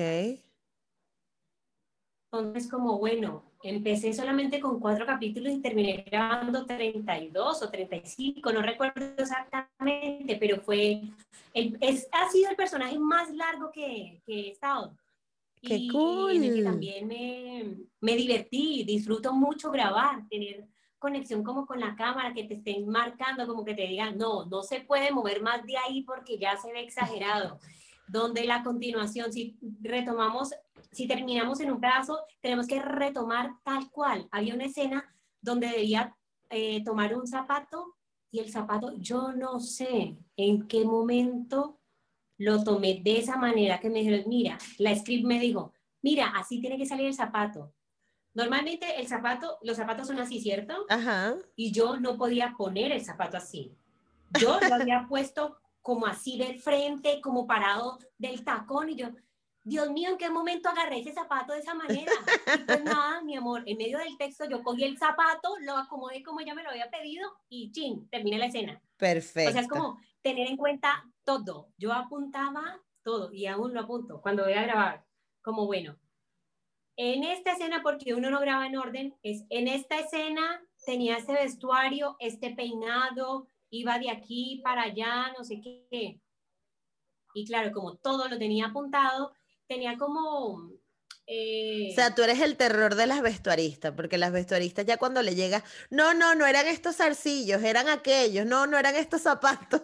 Entonces, como bueno, empecé solamente con 4 capítulos y terminé grabando 32 o 35, no recuerdo exactamente, pero ha sido el personaje más largo que he estado. ¡Qué cool! Y en el que también me divertí, disfruto mucho grabar, tener conexión como con la cámara, que te estén marcando, como que te digan, no, no se puede mover más de ahí porque ya se ve exagerado. Donde la continuación, si terminamos en un pedazo, tenemos que retomar tal cual. Había una escena donde debía tomar un zapato, y el zapato, yo no sé en qué momento lo tomé de esa manera, que me dijeron, mira, la script me dijo, mira, así tiene que salir el zapato. Normalmente los zapatos son así, ¿cierto? Ajá. Y yo no podía poner el zapato así. Yo lo había puesto como así de frente, como parado del tacón, y yo, Dios mío, ¿en qué momento agarré ese zapato de esa manera? Y pues nada, mi amor, en medio del texto yo cogí el zapato, lo acomodé como ella me lo había pedido y chin, terminé la escena. Perfecto. O sea, es como tener en cuenta todo. Yo apuntaba todo y aún lo apunto cuando voy a grabar. Como bueno, en esta escena, porque uno no graba en orden, es en esta escena tenía este vestuario, este peinado, iba de aquí para allá, no sé qué. Y claro, como todo lo tenía apuntado, tenía como... O sea, tú eres el terror de las vestuaristas, porque las vestuaristas ya cuando le llega, no, no, no eran estos zarcillos, eran aquellos, no, no eran estos zapatos.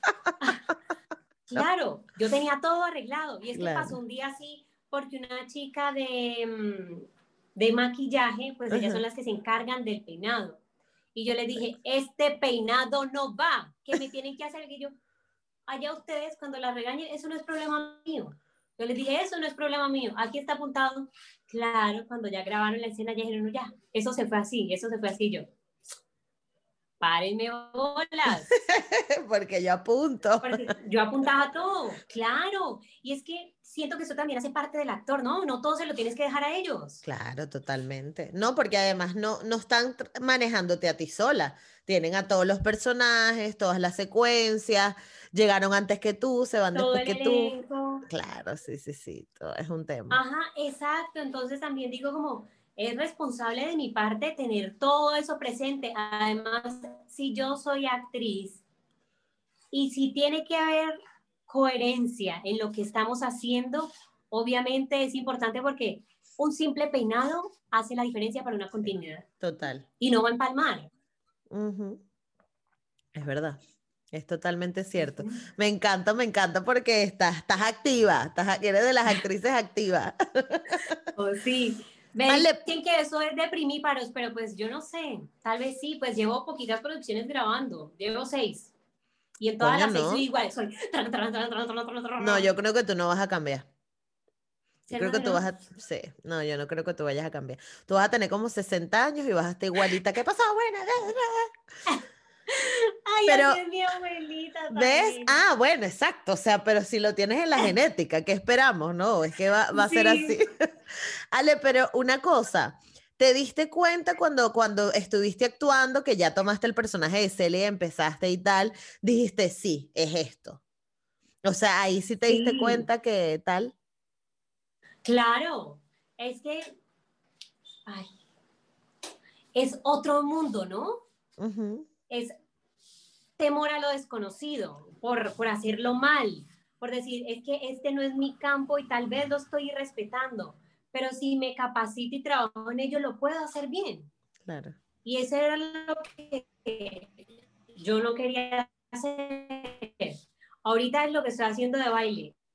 Claro, yo tenía todo arreglado, y es que pasó Claro. un día así porque una chica de maquillaje, pues ellas son Ajá. las que se encargan del peinado. Y yo les dije, este peinado no va, ¿qué me tienen que hacer? Y yo, allá ustedes cuando la regañen, eso no es problema mío. Yo les dije, eso no es problema mío, aquí está apuntado. Claro, cuando ya grabaron la escena, ya dijeron, no, ya, eso se fue así, eso se fue así. Yo, párenme bolas. Porque yo apunto. Porque yo apuntaba todo, claro. Y es que siento que eso también hace parte del actor, ¿no? No todo se lo tienes que dejar a ellos. Claro, totalmente. No, porque además no están manejándote a ti sola. Tienen a todos los personajes, todas las secuencias, llegaron antes que tú, se van Todo después el que tú. elenco. Claro, sí, sí, sí, todo es un tema. Ajá, exacto. Entonces también digo como, es responsable de mi parte tener todo eso presente. Además, si yo soy actriz y si tiene que haber coherencia en lo que estamos haciendo, obviamente es importante porque un simple peinado hace la diferencia para una continuidad. Total. Y no va a empalmar. Ujú. Es verdad. Es totalmente cierto. Me encanta porque estás activa, eres de las actrices activas. Oh, sí, me Ale, dicen que eso es deprimíparos, pero pues yo no sé, tal vez sí, pues llevo poquitas producciones grabando, llevo 6, y en todas coño, las 6 no. soy igual, soy... No, yo creo que tú no vas a cambiar. Yo creo ¿Cierto que que tú vas no? a... Sí, no, yo no creo que tú vayas a cambiar. Tú vas a tener como 60 años y vas a estar igualita. ¿Qué pasó? Buena. Ay, así Pero, es mi abuelita ¿ves? también. Ah, bueno, exacto. O sea, pero si lo tienes en la genética, ¿qué esperamos? No, es que va a ser así. Sí. Ale, pero una cosa, ¿te diste cuenta cuando estuviste actuando que ya tomaste el personaje de Celia y empezaste y tal? Dijiste, sí, es esto. O sea, ahí sí te diste Sí, cuenta que tal. claro, es que, ay, es otro mundo, ¿no? Ujú. Es temor a lo desconocido, por hacerlo mal, por decir, es que este no es mi campo y tal vez lo estoy respetando, pero si me capacito y trabajo en ello, lo puedo hacer bien. Claro. Y eso era lo que yo no quería hacer. Ahorita es lo que estoy haciendo de baile.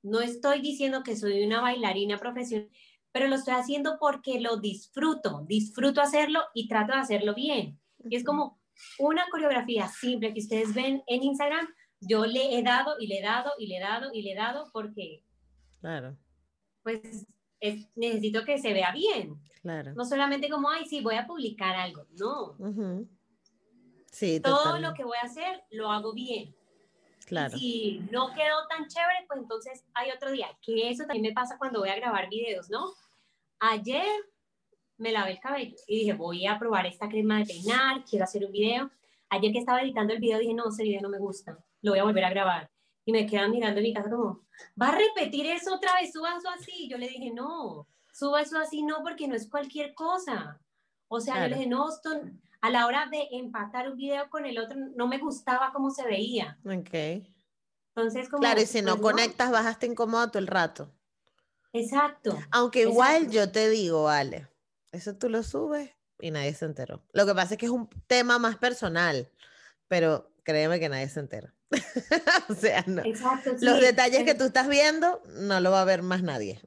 no estoy diciendo que soy una bailarina profesional, pero lo estoy haciendo porque lo disfruto hacerlo y trato de hacerlo bien. Y es como una coreografía simple que ustedes ven en Instagram, yo le he dado y le he dado y le he dado y le he dado porque Claro, pues necesito que se vea bien. claro. No solamente como, ay, sí, voy a publicar algo. No. Ujú. Sí, Todo lo totalmente. que voy a hacer lo hago bien. Y Claro. si no quedó tan chévere, pues entonces hay otro día. Que eso también me pasa cuando voy a grabar videos, ¿no? Ayer me lavé el cabello y dije, voy a probar esta crema de peinar, quiero hacer un video. Ayer que estaba editando el video dije, no, ese video no me gusta, lo voy a volver a grabar. Y me quedan mirando en mi casa como, ¿va a repetir eso otra vez? Suba eso así. Yo le dije, no, suba eso así no, porque no es cualquier cosa. O sea, yo le Claro. dije, no, esto, a la hora de empatar un video con el otro, no me gustaba cómo se veía. Ok. Entonces, Claro, y como, si no pues no, conectas, vas a estar incómodo todo el rato. exacto, Aunque igual exacto. yo te digo, vale, eso tú lo subes y nadie se enteró. Lo que pasa es que es un tema más personal, pero créeme que nadie se entera. O sea, no. Exacto, Los sí. detalles que tú estás viendo no lo va a ver más nadie.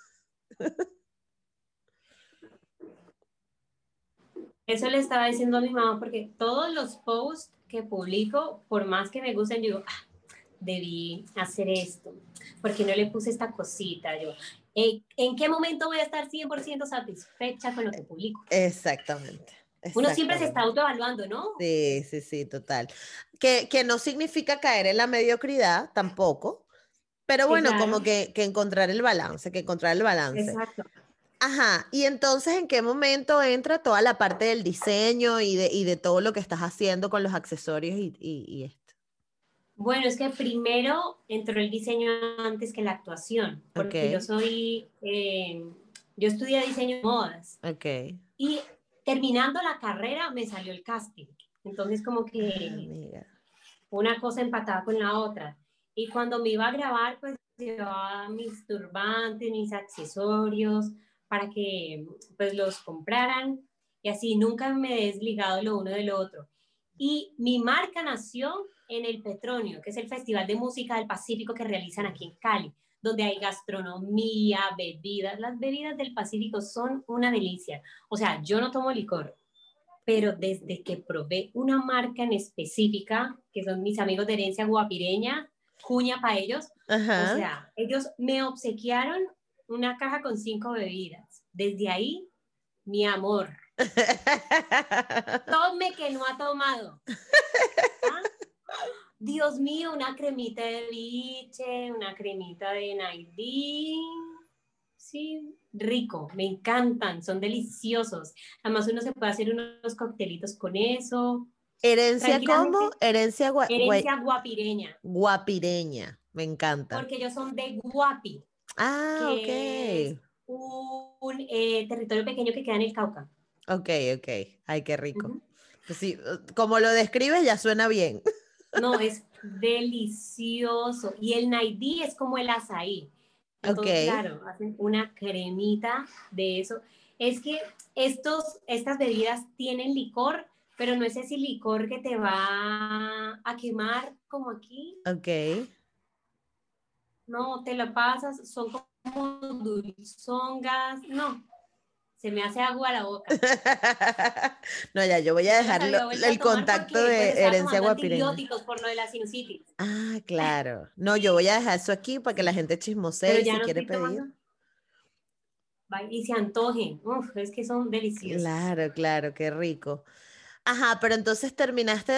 Eso le estaba diciendo a mi mamá porque todos los posts que publico, por más que me gusten, yo digo, ah, debí hacer esto, porque no le puse esta cosita. Yo, ¿en qué momento voy a estar 100% satisfecha con lo que publico? Exactamente, Uno siempre se está exactamente. autoevaluando, ¿no? Sí, sí, sí, total. Que no significa caer en la mediocridad tampoco, pero Sí, bueno, claro. como que encontrar el balance, que encontrar el balance. Exacto. Ajá, y entonces, ¿en qué momento entra toda la parte del diseño y de todo lo que estás haciendo con los accesorios y esto? Bueno, es que primero entró el diseño antes que la actuación, Ok, porque yo estudié diseño de modas ok. y terminando la carrera me salió el casting. Entonces como Ah, que amiga. una cosa empatada con la otra. Y cuando me iba a grabar, pues llevaba mis turbantes, mis accesorios, para que pues los compraran y así nunca me he desligado lo uno de lo otro. Y mi marca nació en el Petronio, que es el Festival de Música del Pacífico que realizan aquí en Cali, donde hay gastronomía, bebidas. Las bebidas del Pacífico son una delicia. O sea, yo no tomo licor, pero desde que probé una marca en específica, que son mis amigos de herencia guapireña, cuña para ellos, o Ajá. sea, ellos me obsequiaron una caja con 5 bebidas. Desde ahí, mi amor, tome que no ha tomado. ¿Ah? Dios mío, una cremita de liche, una cremita de Naidí. Sí, rico, me encantan, son deliciosos. Además, uno se puede hacer unos coctelitos con eso. ¿Herencia cómo? Tranquilamente, Herencia herencia guapireña, guapireña. Me encanta. porque ellos son de Guapi, Ah, ok. que es un territorio pequeño que queda en el Cauca. Ok, ok. Ay, qué rico. Ujú. Pues sí, como lo describes ya suena bien. No, es delicioso. Y el Naidí es como el azaí. Ok, Entonces, claro, hacen una cremita de eso. Es que estas bebidas tienen licor, pero no es ese licor que te va a quemar como aquí. ok. No, te lo pasas, son como dulzongas. No, se me hace agua a la boca. No, ya, yo voy a No las dejar había vuelto el a tomar contacto porque pues de estaba herencia tomando guapireña. antibióticos por lo de la sinusitis. Ah, claro. No, yo voy a dejar eso aquí para que la gente chismosee Pero y ya si no quiere estoy tomando. pedir. Y se antojen. Uf, es que son deliciosos. Claro, claro, qué rico. Ajá, pero entonces terminaste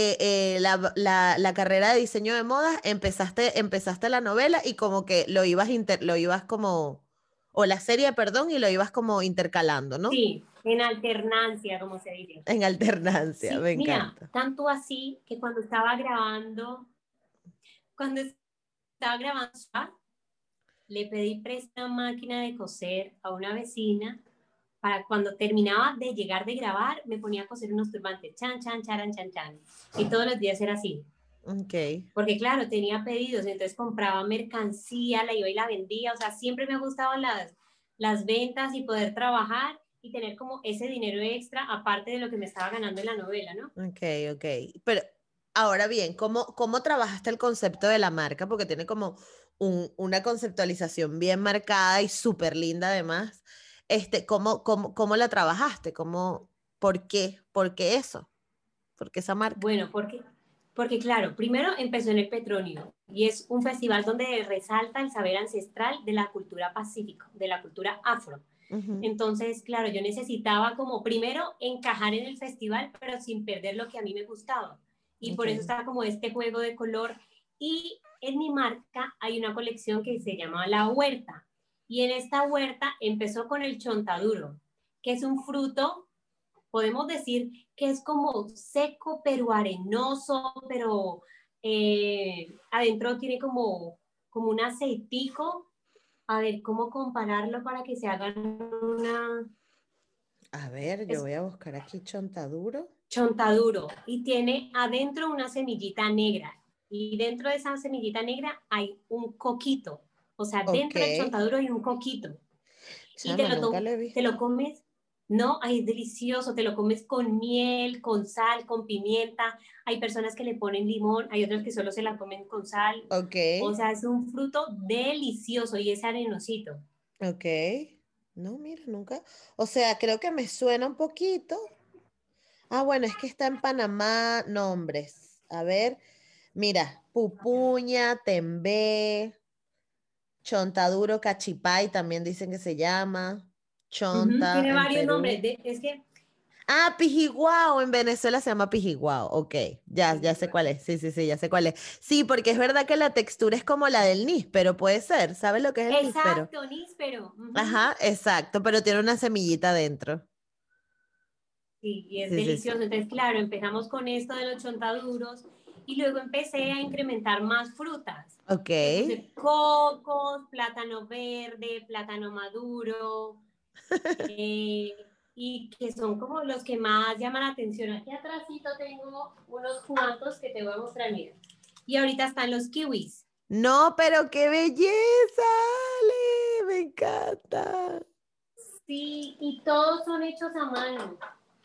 la carrera de diseño de modas, empezaste la novela y como que lo ibas como, o la serie, perdón, y lo ibas como intercalando, ¿no? Sí, en alternancia, como se dice. En alternancia, Sí, me mira, encanta. tanto así que cuando estaba grabando, le pedí presta máquina de coser a una vecina para cuando terminaba de llegar de grabar, me ponía a coser unos turbantes, chan, chan, charan, chan, chan. Y todos los días era así. Ok. Porque claro, tenía pedidos, entonces compraba mercancía, la iba y la vendía, o sea, siempre me gustaban las ventas y poder trabajar y tener como ese dinero extra aparte de lo que me estaba ganando en la novela, ¿no? Ok, ok. Pero ahora bien, ¿cómo trabajaste el concepto de la marca? Porque tiene como una conceptualización bien marcada y súper linda además. ¿Cómo la trabajaste? ¿Por qué? ¿Por qué eso? ¿Por qué esa marca? Bueno, porque claro, primero empezó en el Petronio y es un festival donde resalta el saber ancestral de la cultura pacífica, de la cultura afro. Ujú, Entonces, claro, yo necesitaba como primero encajar en el festival, pero sin perder lo que a mí me gustaba. Y ok, por eso estaba como este juego de color. Y en mi marca hay una colección que se llama La Huerta. Y en esta huerta empezó con el chontaduro, que es un fruto, podemos decir que es como seco, pero arenoso, pero adentro tiene como un aceitico. A ver, ¿cómo compararlo para que se hagan una... a ver, yo Es voy a buscar aquí chontaduro. chontaduro y tiene adentro una semillita negra y dentro de esa semillita negra hay un coquito, o sea, Ok, dentro del chontaduro hay un coquito y chama, nunca lo he te visto. lo comes, no, ay, es delicioso, te lo comes con miel, con sal, con pimienta, hay personas que le ponen limón, hay otras que solo se la comen con sal, Ok, o sea, es un fruto delicioso y es arenosito. ok. No, mira, nunca. O sea, creo que me suena un poquito. Ah, bueno, es que está en Panamá, nombres. A ver, mira, pupuña, tembé, chontaduro, cachipay también dicen que se llama. Ujú, Chonta tiene en varios nombres, Perú. es que... Ah, pijiguao, en Venezuela se llama pijiguao. Ok, ya sé cuál es. Sí, sí, sí, ya sé cuál es. Sí, porque es verdad que la textura es como la del níspero, puede ser. ¿Sabes lo que es el níspero? Exacto, níspero. Ujú. Ajá, exacto, pero tiene una semillita dentro. Sí, y es Sí, sí, sí. delicioso. Entonces, claro, empezamos con esto de los chontaduros y luego empecé a incrementar más frutas. Ok. Le puse cocos, plátano verde, plátano maduro, y que son como los que más llaman la atención. Aquí atrásito tengo unos cuantos que te voy a mostrar, mira. Y ahorita están los kiwis. No, pero qué belleza, Ale, me encanta. Sí, y todos son hechos a mano.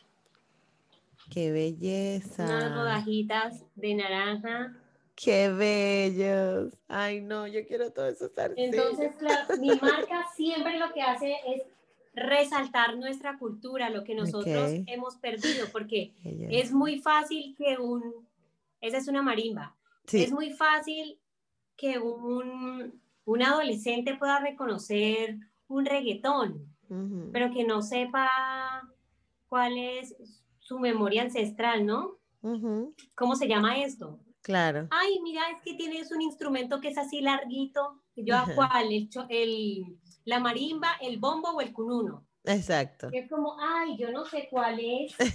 Qué Unas belleza, rodajitas de naranja. qué bellos. Ay, no, yo quiero todo eso zarcillo. Entonces, claro, mi marca siempre lo que hace es resaltar nuestra cultura, lo que Ok, nosotros hemos perdido, porque es belleza. muy fácil esa es una marimba, es Sí. muy fácil que un adolescente pueda reconocer un reggaetón, Ujú, pero que no sepa cuál es su memoria ancestral, ¿no? ujú, ¿Cómo se llama esto? claro. Ay, mira, es que tienes un instrumento que es así larguito. ¿Yo a cuál? La marimba, el bombo o el cununo. Exacto. Es como, ay, yo no sé cuál es.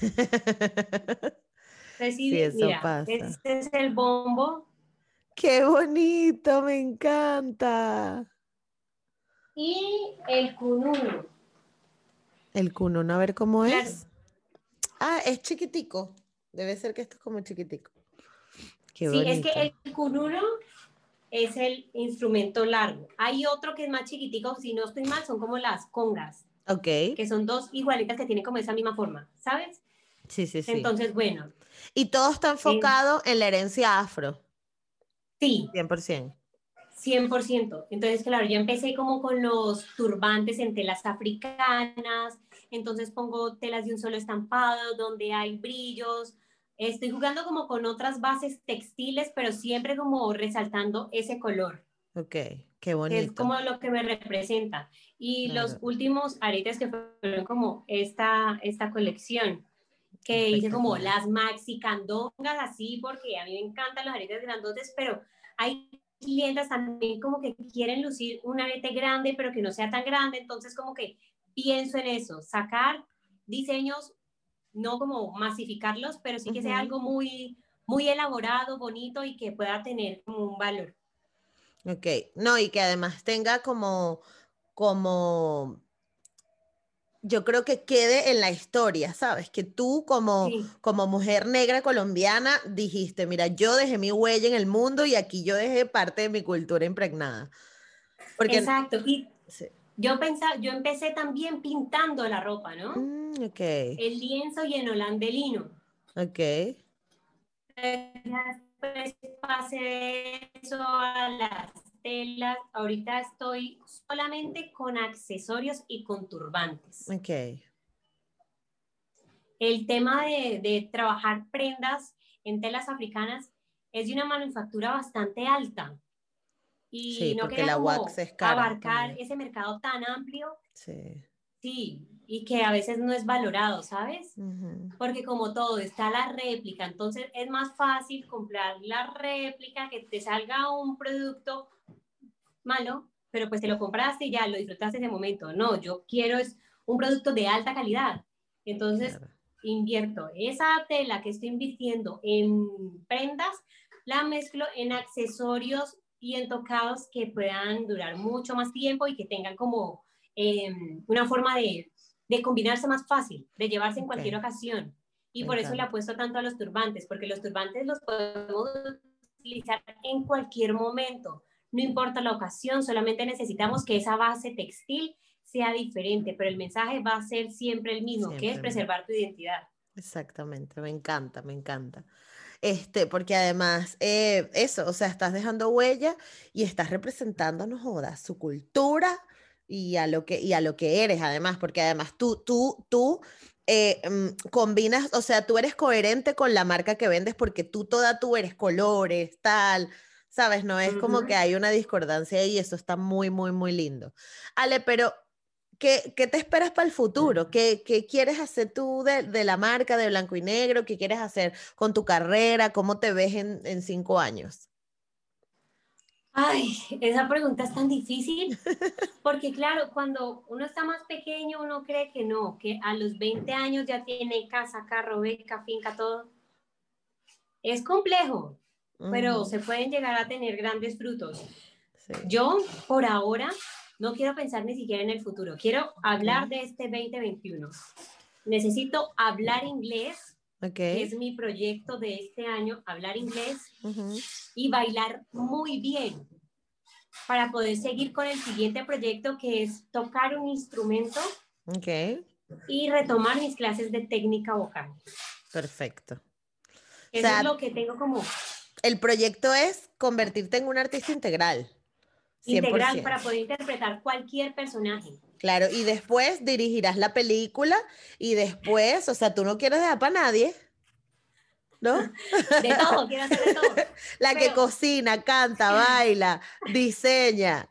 Entonces, Sí, sí, eso mira, pasa. este es el bombo Qué bonito, me encanta. y el cununo. El cuno, a ver cómo Claro, es. Ah, es chiquitico. Debe ser que esto es como chiquitico. Qué sí, es que bonito. el cununo es el instrumento largo. Hay otro que es más chiquitico, si no estoy mal, son como las congas, Ok. que son dos igualitas que tienen como esa misma forma, ¿sabes? Sí, sí, sí. Entonces, bueno, Y todo está eh, enfocado en la herencia afro. sí, 100%. 100%. Entonces, claro, yo empecé como con los turbantes en telas africanas, entonces pongo telas de un solo estampado donde hay brillos. Estoy jugando como con otras bases textiles, pero siempre como resaltando ese color, Ok, qué que es bonito. como lo que me representa. Y los Claro, últimos aretes que fueron como esta colección, que hice como espectacular. las maxi candongas así, porque a mí me encantan los aretes grandotes, pero hay clientas también como que quieren lucir un arete grande, pero que no sea tan grande, entonces como que pienso en eso, sacar diseños, no como masificarlos, pero sí que sea Ujú, algo muy elaborado, bonito y que pueda tener como un valor. ok, no, y que además tenga como, yo creo que quede en la historia, ¿sabes? Que tú Sí, como mujer negra colombiana dijiste, mira, yo dejé mi huella en el mundo y aquí yo dejé parte de mi cultura impregnada. Porque, exacto. Y sí. yo empecé también pintando la ropa, ¿no? Ok, El lienzo y en holandelino. ok, Después pasé de eso a las telas, ahorita estoy solamente con accesorios y con turbantes. Ok. El tema de trabajar prendas en telas africanas es de una manufactura bastante alta Sí, y no porque quería la wax como es cara abarcar también. ese mercado tan amplio, Sí. sí, y que a veces no es valorado, ¿sabes? Ujú. Porque como todo está la réplica, entonces es más fácil comprar la réplica que te salga un producto malo, pero pues te lo compraste y ya lo disfrutaste ese momento. No, yo quiero es un producto de alta calidad. Entonces, Claro. invierto esa tela que estoy invirtiendo en prendas, la mezclo en accesorios y en tocados que puedan durar mucho más tiempo y que tengan como una forma de combinarse más fácil, de llevarse en Ok, cualquier ocasión. Y me por eso le encanta. apuesto tanto a los turbantes, porque los turbantes los podemos utilizar en cualquier momento. No importa la ocasión, solamente necesitamos que esa base textil sea diferente, pero el mensaje va a ser siempre el mismo, que es Siempre. preservar tu identidad. Exactamente, me encanta, me encanta. Porque además, eso, o sea, estás dejando huella y estás representando, no jodas, su cultura y a lo que eres, además, porque además combinas, o sea, tú eres coherente con la marca que vendes porque tú eres colores, tal, ¿sabes? No es Uh como que -huh. hay una discordancia y eso está muy, muy, muy lindo. Ale, pero ¿qué te esperas para el futuro? ¿Qué quieres hacer tú de la marca de Blanco y Negro? ¿Qué quieres hacer con tu carrera? ¿Cómo te ves en 5 años? Ay, esa pregunta es tan difícil porque claro, cuando uno está más pequeño uno cree que no, que a los 20 años ya tiene casa, carro, beca, finca, todo. Es complejo, pero Ujú, se pueden llegar a tener grandes frutos. sí, Yo, por ahora, no quiero pensar ni siquiera en el futuro. Quiero ok, hablar de este 2021. Necesito hablar inglés, ok, que es mi proyecto de este año, hablar inglés ujú, y bailar muy bien para poder seguir con el siguiente proyecto, que es tocar un instrumento ok, y retomar mis clases de técnica vocal. perfecto. O Eso es sea, lo que tengo como el proyecto es convertirte en un artista integral, cien por integral para ciento. poder interpretar cualquier personaje. Claro, y después dirigirás la película y después, o sea, tú no quieres dejar para nadie, ¿no? De todo, quiero hacer de todo. La que Pero cocina, canta, baila, diseña.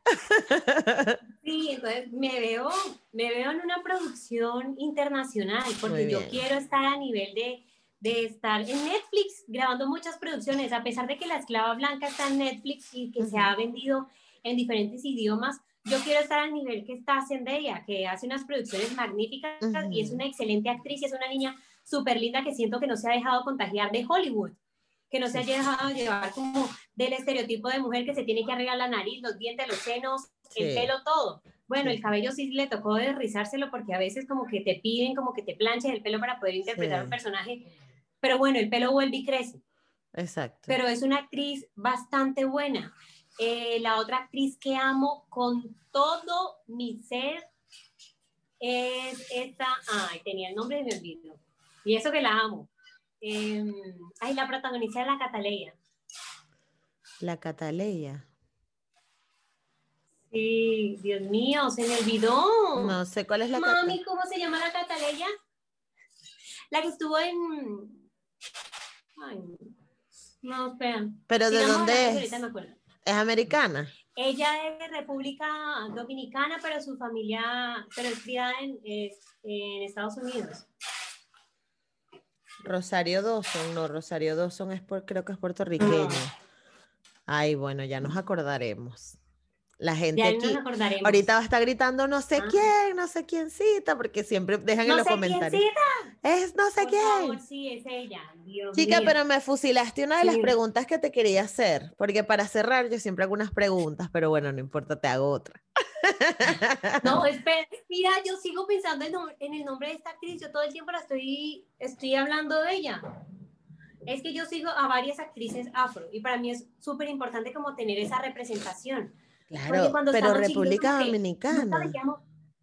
sí, entonces me veo en una producción internacional Muy porque yo bien. quiero estar a nivel de estar en Netflix grabando muchas producciones, a pesar de que La Esclava Blanca está en Netflix y que se Ujú, ha vendido en diferentes idiomas, yo quiero estar al nivel que está Zendaya, que hace unas producciones magníficas y es ujú. una excelente actriz y es una niña súper linda que siento que no se ha dejado contagiar de Hollywood, que no se Sí, ha sí, dejado llevar como del estereotipo de mujer que se tiene que arreglar la nariz, los dientes, los senos, el sí, pelo, todo. Bueno, sí, el cabello sí le tocó desrizárselo porque a veces como que te piden como que te planches el pelo para poder interpretar un sí, personaje, pero bueno, el pelo vuelve y crece. exacto. Pero es una actriz bastante buena. La otra actriz que amo con todo mi ser es esta, ay, tenía el nombre y me olvido. Y eso que la amo. Eh, ay, la protagonista de La Cataleya. La Cataleya. Sí, Dios mío, se me olvidó. No sé cuál es la Cata. Mami, ¿cómo se llama la Cataleya? La que estuvo en... Ay, no, espera. ¿Pero de Sigamos hablando dónde que ahorita me es? acuerdo. ¿Es americana? Ella es de República Dominicana, pero su familia, pero es criada en Estados Unidos. Rosario Dawson. No, Rosario Dawson creo que es No, puertorriqueña. Ay, bueno, ya nos acordaremos. La de gente ahí nos aquí ahorita acordaremos. va a estar gritando Ah, no sé quién cita, porque siempre dejan en no los sé quién comentarios. cita. Es no sé Por favor, quién. sí, es ella. Dios Chica, mío. pero me fusilaste una de las Sí. preguntas que te quería hacer, porque para cerrar yo siempre hago unas preguntas, pero bueno, no importa, te hago otra. No, espera, mira, yo sigo pensando en el nombre de esta actriz, yo todo el tiempo estoy hablando de ella. Es que yo sigo a varias actrices afro y para mí es súper importante como tener esa representación. Porque Claro, cuando pero estamos chiquitos como República que nunca Dominicana. veíamos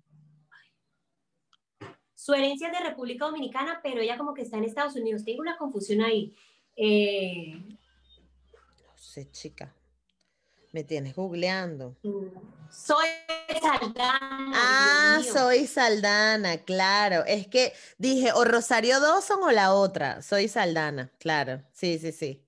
su herencia es de República Dominicana, pero ella como que está en Estados Unidos. Tengo una confusión ahí. No sé, chica. Me tienes googleando. Soy Saldana, Dios Ah, mío. soy Saldana, claro. Es que dije, o Rosario Dawson o la otra. Soy Saldana, claro. Sí, sí, sí.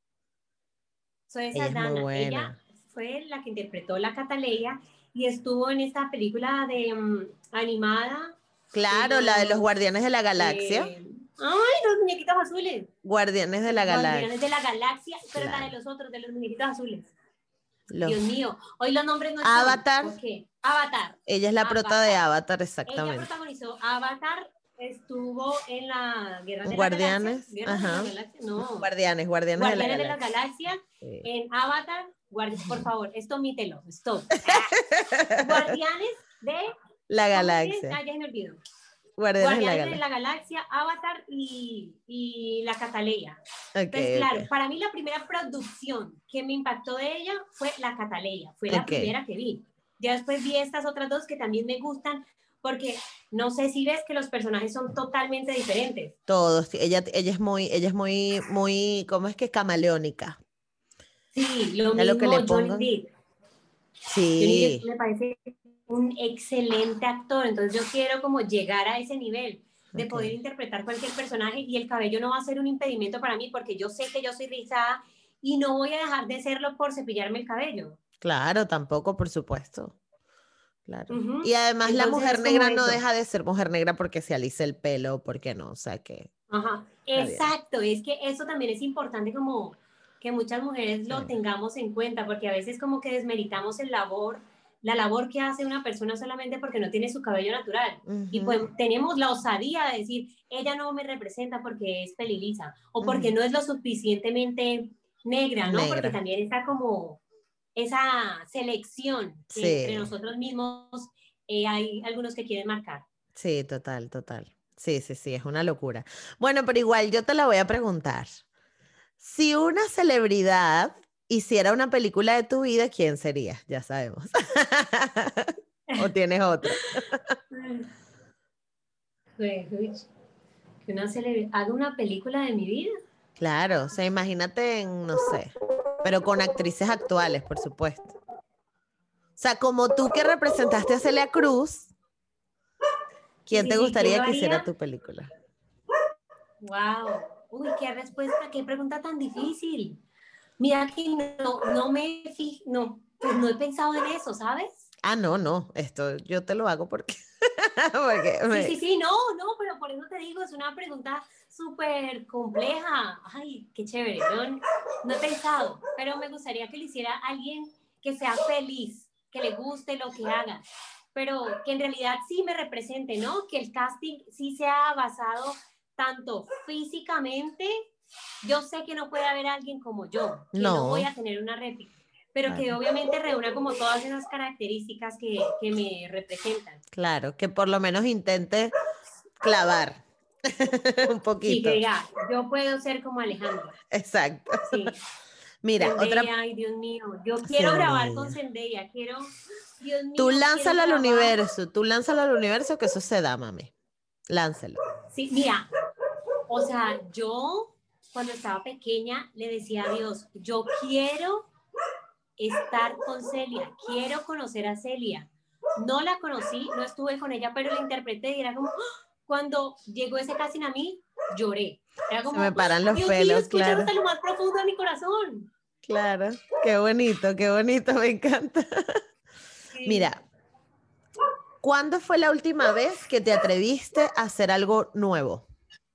Soy Ella es muy Saldana. Ella buena. fue la que interpretó la Cataleya y estuvo en esta película de animada de Claro, la de los los... Guardianes de la Galaxia. ¡Ay, los muñequitos azules! Guardianes de la Guardianes de Galaxia. la Galaxia, pero la de Claro. los otros, de los muñequitos azules. Los Dios mío, hoy los nombres no están. Avatar. ¿Por qué? Avatar. Ella es la prota de Avatar. Avatar, Ella exactamente. protagonizó Avatar, estuvo en la Guerra de las Galaxias. Guardianes, ¿Guerra de las ajá. Galaxias? No, No. Guardianes de la Guardianes de las Galaxia. Galaxias, Sí. en Avatar, por favor, esto omítelo, stop. Guardianes de, La ¿cómo es que? Galaxia. Ya me olvido. Guardianes de la Guardianes de Galaxia. la Galaxia, Avatar y la Cataleya. Ok, Entonces, claro, ok. para mí la primera producción que me impactó de ella fue la Cataleya, fue la Ok. primera que vi. Ya después vi estas otras dos que también me gustan, porque no sé si ves que los personajes son totalmente diferentes. Todos. Sí, ella es muy, ¿cómo es que? Camaleónica. Sí, lo A lo que le mismo Johnny pongan. Depp. Johnny Depp Sí. me parece un excelente actor, entonces yo quiero como llegar a ese nivel de Ok. poder interpretar cualquier personaje y el cabello no va a ser un impedimento para mí porque yo sé que yo soy rizada y no voy a dejar de serlo por cepillarme el cabello. Claro, tampoco, por supuesto. Claro. Y Ujú. además la Entonces mujer es como negra no eso. deja de ser mujer negra porque se alisa el pelo, porque no, o sea que Ajá. está bien. Exacto, es que eso también es importante como que muchas mujeres Sí. lo tengamos en cuenta porque a veces como que desmeritamos la labor que hace una persona solamente porque no tiene su cabello natural. Y Ujú, pues tenemos la osadía de decir, ella no me representa porque es peliliza o porque ujú. no es lo suficientemente negra, ¿no? Porque Negra. también está como esa selección que entre Sí, nosotros mismos hay algunos que quieren marcar. sí, total, total. Sí, sí, sí, es una locura. Bueno, pero igual yo te la voy a preguntar. Si una celebridad hiciera una película de tu vida, ¿quién sería? Ya sabemos. ¿O tienes otra? Pues, que haga una película de mi vida. Claro, o sea, imagínate en, no sé, pero con actrices actuales, por supuesto. O sea, como tú que representaste a Celia Cruz, Sí, ¿quién sí, te sí, ¿quién gustaría lo que hiciera haría? tu película? Wow. Uy, qué respuesta, qué pregunta tan difícil. Mira que no, pues no he pensado en eso, ¿sabes? Ah, no, no, esto yo te lo hago porque, porque Sí, sí, sí, no, pero por eso te digo, es una pregunta súper compleja. Ay, qué chévere. Yo no he pensado, pero me gustaría que lo hiciera alguien que sea feliz, que le guste lo que haga, pero que en realidad sí me represente, ¿no? Que el casting sí sea basado tanto físicamente. Yo sé que no puede haber alguien como yo, que no voy no, a tener una réplica, pero que claro, obviamente reúna como todas esas características que me representan. claro, que por lo menos intente clavar un Sí, que poquito. diga, yo puedo ser como Alejandra. Exacto. Sí. Mira, otra, Zendaya, ay, Dios mío. Yo quiero grabar con Zendaya. Zendaya. Dios mío, quiero grabar. Tú lánzalo al universo que eso se da, mami. Lánzalo. Sí, mira, o sea, yo cuando estaba pequeña le decía a Dios, yo quiero estar con Celia, quiero conocer a Celia. No la conocí, no estuve con ella, pero la interpreté y era como, ¡ah! Cuando llegó ese casting a mí, lloré. Era Se como, me paran ¡ah! los Dios mío, pelos, escuchas claro. hasta lo más profundo de mi corazón. Claro. Qué bonito, me encanta. Sí. Mira, ¿cuándo fue la última vez que te atreviste a hacer algo nuevo?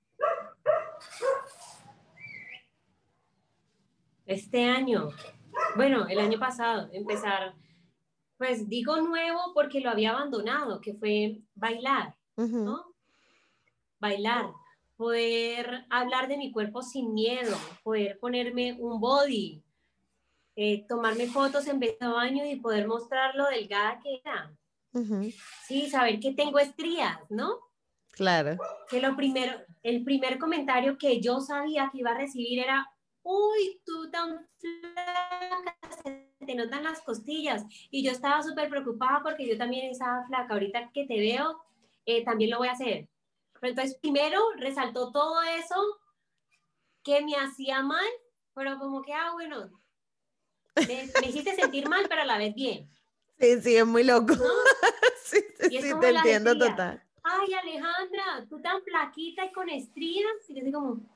Este año, bueno, el año pasado, empezar, pues digo nuevo porque lo había abandonado, que fue bailar, Ujú, ¿no? Bailar, poder hablar de mi cuerpo sin miedo, poder ponerme un body, tomarme fotos en vez de baño y poder mostrar lo delgada que era. ujú, Sí, saber que tengo estrías, ¿no? claro. Que el primer comentario que yo sabía que iba a recibir era, uy, tú tan flaca, se te notan las costillas. Y yo estaba súper preocupada porque yo también estaba flaca. Ahorita que te veo, también lo voy a hacer. Pero entonces, primero resaltó todo eso que me hacía mal, pero como que, bueno, me hiciste sentir mal, pero a la vez bien, Sí, sí, es muy loco. ¿no? Sí, sí, Y es sí, como te las entiendo estrías. total. Ay, Alejandra, tú tan flaquita y con estrías. Y yo digo como,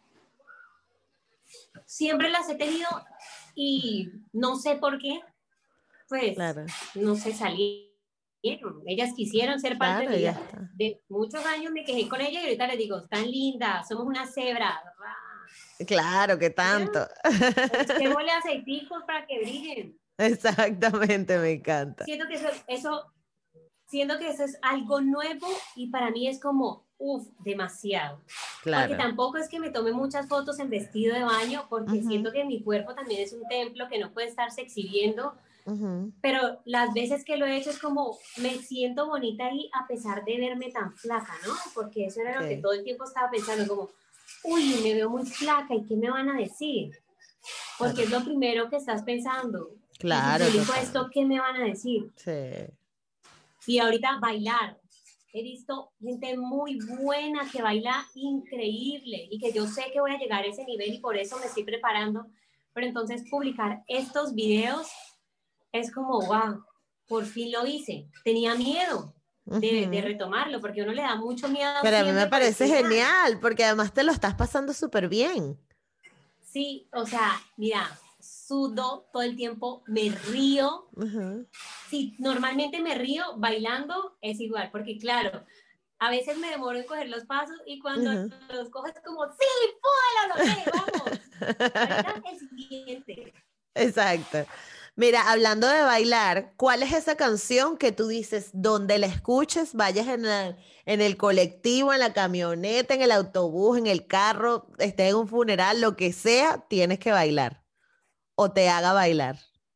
siempre las he tenido y no sé por qué, pues, Claro, no se salieron. Ellas quisieron ser parte de claro, mi ya vida. está. De muchos años me quejé con ella y ahorita les digo, tan linda, somos una cebra. Claro, que Mira, tanto. echémosle aceiticos para que brillen. Exactamente, me encanta. Siento que siento que eso es algo nuevo y para mí es como, uff, demasiado. Porque Claro. tampoco es que me tome muchas fotos en vestido de baño, porque Ujú, siento que mi cuerpo también es un templo que no puede estarse exhibiendo, ujú, pero las veces que lo he hecho es como, me siento bonita ahí a pesar de verme tan flaca, ¿no? Porque eso era lo que ok, todo el tiempo estaba pensando, como, uy, me veo muy flaca, ¿y qué me van a decir? Porque claro. es lo primero que estás pensando. Y si Claro, publico total. esto, ¿qué me van a decir? Sí. Y ahorita bailar. He visto gente muy buena que baila increíble y que yo sé que voy a llegar a ese nivel y por eso me estoy preparando. Pero entonces publicar estos videos es como, wow, por fin lo hice. Tenía miedo de Ujú. retomarlo porque a uno le da mucho miedo Pero a mí me siempre por parece explicar. genial, porque además te lo estás pasando súper bien. Sí, o sea, mira, sudo todo el tiempo, me río. Ujú. Si normalmente me río bailando, es igual, porque claro, a veces me demoro en coger los pasos y cuando Ujú. los cojo es como, sí, lo logré, vamos. Ahorita el siguiente. Exacto. Mira, hablando de bailar, ¿cuál es esa canción que tú dices, donde la escuches, vayas en el colectivo, en la camioneta, en el autobús, en el carro, estés en un funeral, lo que sea, tienes que bailar o te haga bailar?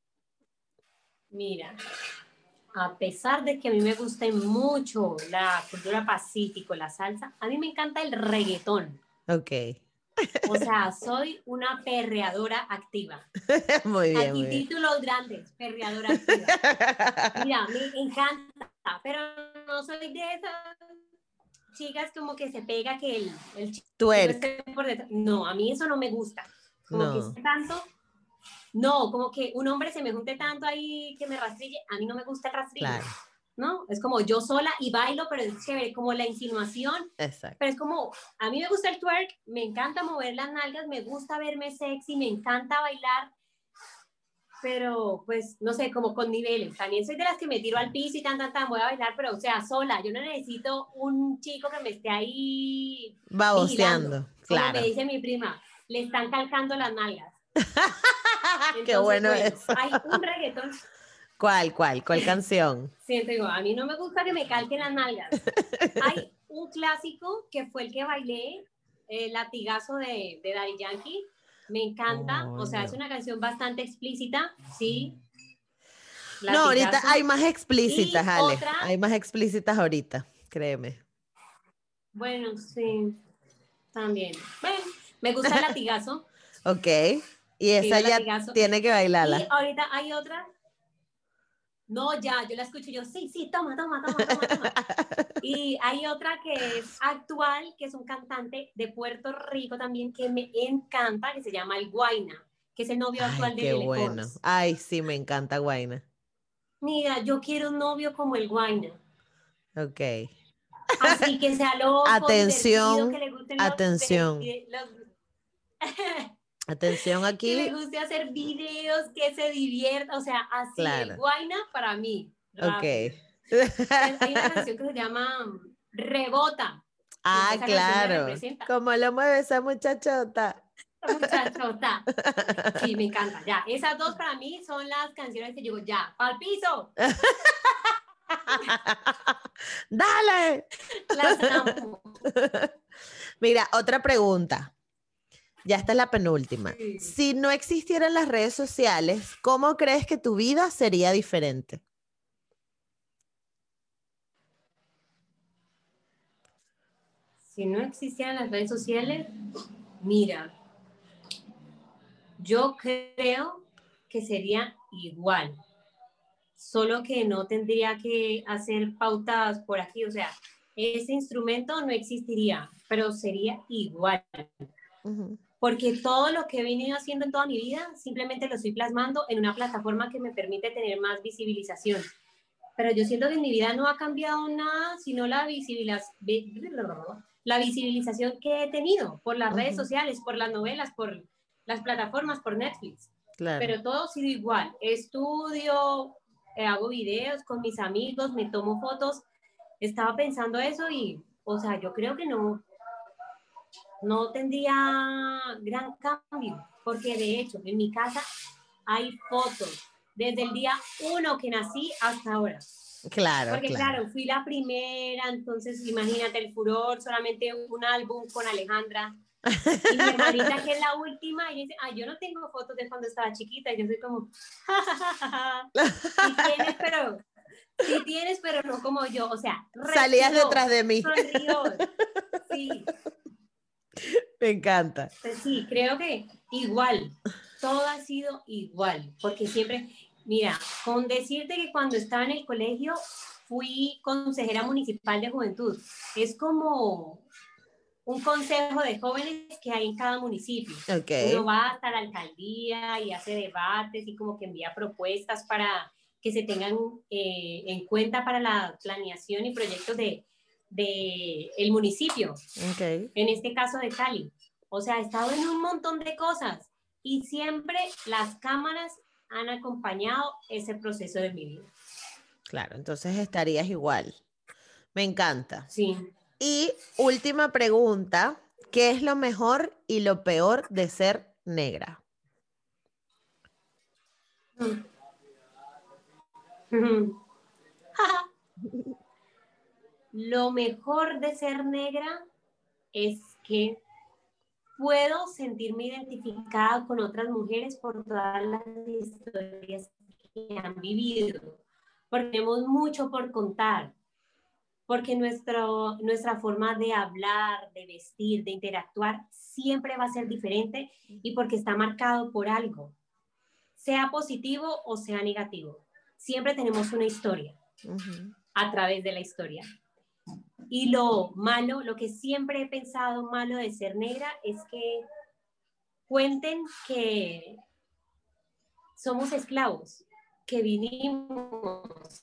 Mira, a pesar de que a mí me gusta mucho la cultura pacífico, la salsa, a mí me encanta el reggaetón. Ok. O sea, soy una perreadora activa. Muy bien, muy Aquí bien. títulos grandes, perreadora activa. Mira, me encanta, pero no soy de esas chicas como que se pega que el chico Twerk. esté por detrás. No, a mí eso no me gusta. Como que No, esté tanto, no, como que un hombre se me junte tanto ahí que me rastrille. A mí no me gusta el rastrillo, claro, ¿no? Es como yo sola y bailo, pero es chévere, como la insinuación. Pero exacto. es como, a mí me gusta el twerk, me encanta mover las nalgas, me gusta verme sexy, me encanta bailar, pero pues no sé, como con niveles. También soy de las que me tiro al piso y tan, voy a bailar, pero o sea, sola. Yo no necesito un chico que me esté ahí vigilando. Baboseando, Como me claro. dice mi prima, le están calcando las nalgas. Qué Entonces, bueno bueno, eso. hay un reggaetón. ¿Cuál canción? Siento, digo, a mí no me gusta que me calquen las nalgas. Hay un clásico que fue el que bailé, Latigazo de Daddy Yankee. Me encanta, o sea, es Coño. una canción bastante explícita, sí, No, ahorita Latigazo. hay más explícitas, Y Ale. otra, Hay más explícitas ahorita, créeme. bueno, sí, también. Bueno, me gusta el latigazo, Ok. Y esa viva el ya latigazo. tiene que Y bailarla. ahorita hay otra, no, ya, yo la escucho yo, sí, sí, toma. Y hay otra que es actual, que es un cantante de Puerto Rico también que me encanta, que se llama El Guaina, que es el novio Ay, actual de qué Lele bueno. Pons. Ay, sí, me encanta Guaina. Mira, yo quiero un novio como el Guaina, Ok. así que sea loco, divertido, que Atención, le gusten atención, atención que le aquí. guste hacer videos, que se divierta, o sea, así, el Claro. Guaina para mí, Ok. rápido. Hay una canción que se llama Rebota, y Ah, esa canción me claro. representa. ¿Cómo lo mueve esa muchachota? Muchachota. Sí, me encanta. Ya, esas dos para mí son las canciones que digo, ya, al piso, Dale. las amo. Mira, otra pregunta. Ya esta es la penúltima. Sí. Si no existieran las redes sociales, ¿cómo crees que tu vida sería diferente? Si no existieran las redes sociales, mira, yo creo que sería igual, solo que no tendría que hacer pautas por aquí, o sea, ese instrumento no existiría, pero sería igual. Ujú. porque todo lo que he venido haciendo en toda mi vida simplemente lo estoy plasmando en una plataforma que me permite tener más visibilización. Pero yo siento que en mi vida no ha cambiado nada, sino la visibilización que he tenido por las redes sociales, por las novelas, por las plataformas, por Netflix. Claro. Pero todo ha sido igual. Estudio, hago videos con mis amigos, me tomo fotos. Estaba pensando eso y, o sea, yo creo que no tendría gran cambio, porque de hecho en mi casa hay fotos desde el día 1 que nací hasta ahora. Claro, Porque claro. claro, fui la primera, entonces imagínate el furor, solamente un álbum con Alejandra. Y mi hermanita, que es la última, y dice, yo no tengo fotos de cuando estaba chiquita. Y yo soy como, sí tienes, pero no como yo. O sea, Salías respiró, detrás de mí. sonrió. Sí. Me encanta. Pues sí, creo que igual, todo ha sido igual, porque siempre, mira, con decirte que cuando estaba en el colegio fui consejera municipal de juventud, es como un consejo de jóvenes que hay en cada municipio. Uno Ok. va hasta la alcaldía y hace debates y como que envía propuestas para que se tengan en cuenta para la planeación y proyectos de el municipio, Ok. en este caso de Cali. O sea, he estado en un montón de cosas y siempre las cámaras han acompañado ese proceso de mi vida. Claro, entonces estarías igual. Me encanta. Sí. Y última pregunta, ¿qué es lo mejor y lo peor de ser negra? Lo mejor de ser negra es que puedo sentirme identificada con otras mujeres por todas las historias que han vivido, porque tenemos mucho por contar, porque nuestra forma de hablar, de vestir, de interactuar siempre va a ser diferente y porque está marcado por algo, sea positivo o sea negativo. Siempre tenemos una historia a través de la historia. Y lo malo, lo que siempre he pensado malo de ser negra es que cuenten que somos esclavos, que vinimos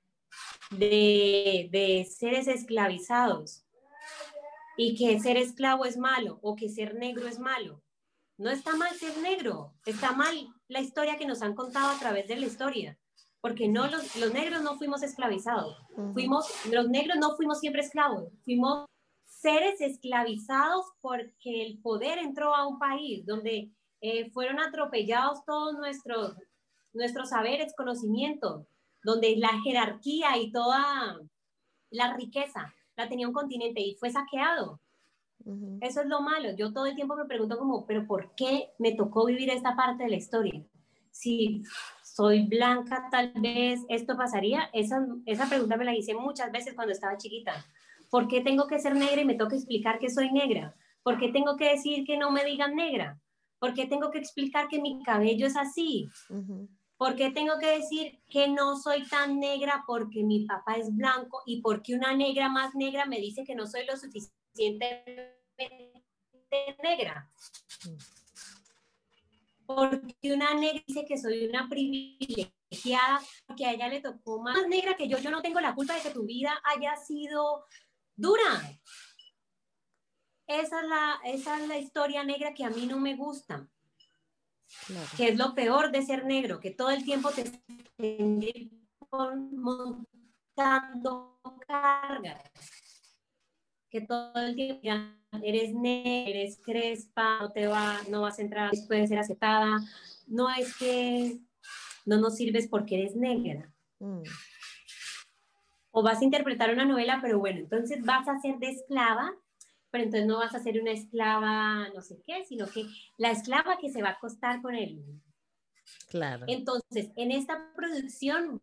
de seres esclavizados y que ser esclavo es malo o que ser negro es malo. No está mal ser negro, está mal la historia que nos han contado a través de la historia, porque no los negros no fuimos esclavizados, los negros no fuimos siempre esclavos, fuimos seres esclavizados porque el poder entró a un país donde fueron atropellados todos nuestros saberes, conocimientos, donde la jerarquía y toda la riqueza la tenía un continente y fue saqueado. Eso es lo malo. Yo todo el tiempo me pregunto como, pero ¿por qué me tocó vivir esta parte de la historia? Si soy blanca, tal vez esto pasaría. Esa pregunta me la hice muchas veces cuando estaba chiquita. ¿Por qué tengo que ser negra y me toca explicar que soy negra? ¿Por qué tengo que decir que no me digan negra? ¿Por qué tengo que explicar que mi cabello es así? ¿Por qué tengo que decir que no soy tan negra porque mi papá es blanco y porque una negra más negra me dice que no soy lo suficientemente negra? Porque una negra dice que soy una privilegiada, porque a ella le tocó más negra que yo no tengo la culpa de que tu vida haya sido dura. Esa es la historia negra que a mí no me gusta. Claro. Que es lo peor de ser negro, que todo el tiempo te estén montando cargas, que todo el tiempo eres negra, eres crespa, no vas a entrar, puedes ser aceptada, no es que no nos sirves porque eres negra. O vas a interpretar una novela, pero bueno, entonces vas a ser de esclava, pero entonces no vas a ser una esclava no sé qué, sino que la esclava que se va a acostar con él. Claro. Entonces, en esta producción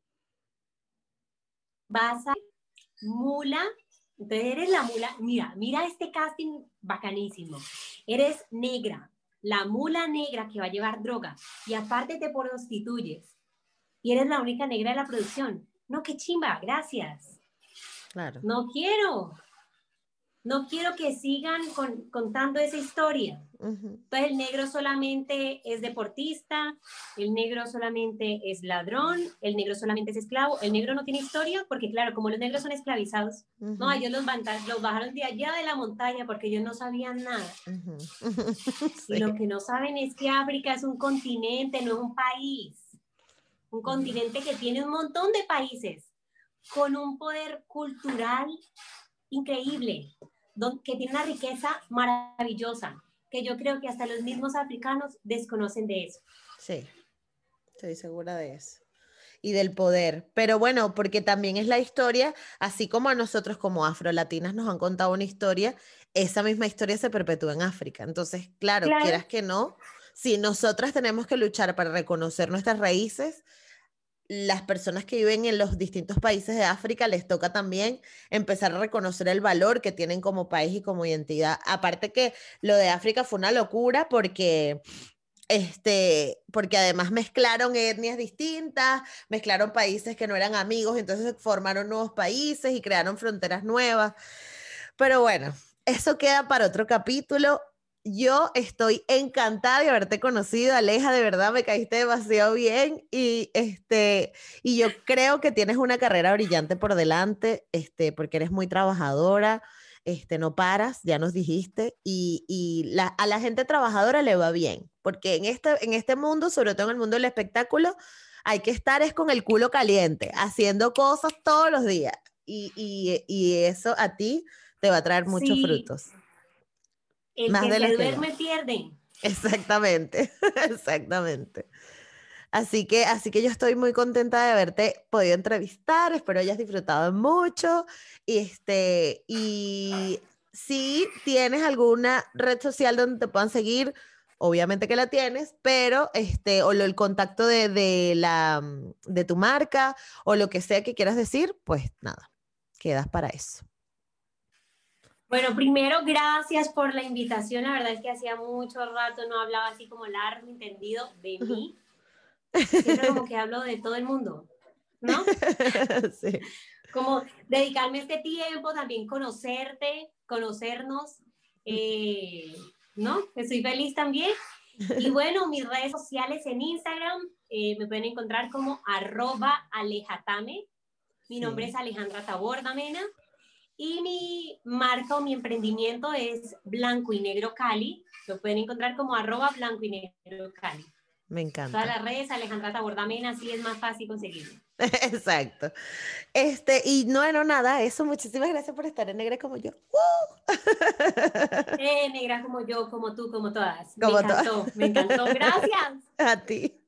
vas a mula, entonces eres la mula, mira este casting bacanísimo, eres negra, la mula negra que va a llevar droga y aparte te prostituyes y eres la única negra de la producción. No, qué chimba, gracias. Claro. No quiero. no quiero que sigan contando esa historia. Entonces el negro solamente es deportista, el negro solamente es ladrón, el negro solamente es esclavo, el negro no tiene historia porque claro, como los negros son esclavizados, no, ellos los bajaron de allá de la montaña porque ellos no sabían nada. Sí. Y lo que no saben es que África es un continente, no es un país. Un continente que tiene un montón de países con un poder cultural increíble, que tiene una riqueza maravillosa, que yo creo que hasta los mismos africanos desconocen de eso. Sí, estoy segura de eso. Y del poder. Pero bueno, porque también es la historia, así como a nosotros como afrolatinas nos han contado una historia, esa misma historia se perpetúa en África. Entonces, claro, quieras que no, si nosotras tenemos que luchar para reconocer nuestras raíces, las personas que viven en los distintos países de África les toca también empezar a reconocer el valor que tienen como país y como identidad. Aparte que lo de África fue una locura porque además mezclaron etnias distintas, mezclaron países que no eran amigos, entonces formaron nuevos países y crearon fronteras nuevas. Pero bueno, eso queda para otro capítulo. Yo estoy encantada de haberte conocido, Aleja, de verdad me caíste demasiado bien y yo creo que tienes una carrera brillante por delante, porque eres muy trabajadora, no paras, ya nos dijiste, a la gente trabajadora le va bien, porque en este mundo, sobre todo en el mundo del espectáculo, hay que estar es con el culo caliente, haciendo cosas todos los días y eso a ti te va a traer muchos frutos. El más que de se los duerme que pierde. Exactamente, exactamente. Así que yo estoy muy contenta de haberte podido entrevistar, espero hayas disfrutado mucho. Y si tienes alguna red social donde te puedan seguir, obviamente que la tienes, pero el contacto de tu marca o lo que sea que quieras decir, pues nada, quedas para eso. Bueno, primero, gracias por la invitación. La verdad es que hacía mucho rato no hablaba así como largo, entendido de mí. Siempre como que hablo de todo el mundo, ¿no? Sí. Como dedicarme este tiempo, también conocerte, conocernos, ¿no? Estoy feliz también. Y bueno, mis redes sociales en Instagram me pueden encontrar como @alejatame. Mi nombre es Alejandra Taborda Mena. Y mi marca o mi emprendimiento es Blanco y Negro Cali. Lo pueden encontrar como @Blanco y Negro Cali. Me encanta. Todas las redes, Alejandra Tabordamena, así es más fácil conseguirlo. Exacto. Y no, nada, eso, muchísimas gracias por estar en Negra como yo. Negra como yo, como tú, como todas. Como me encantó, gracias. A ti.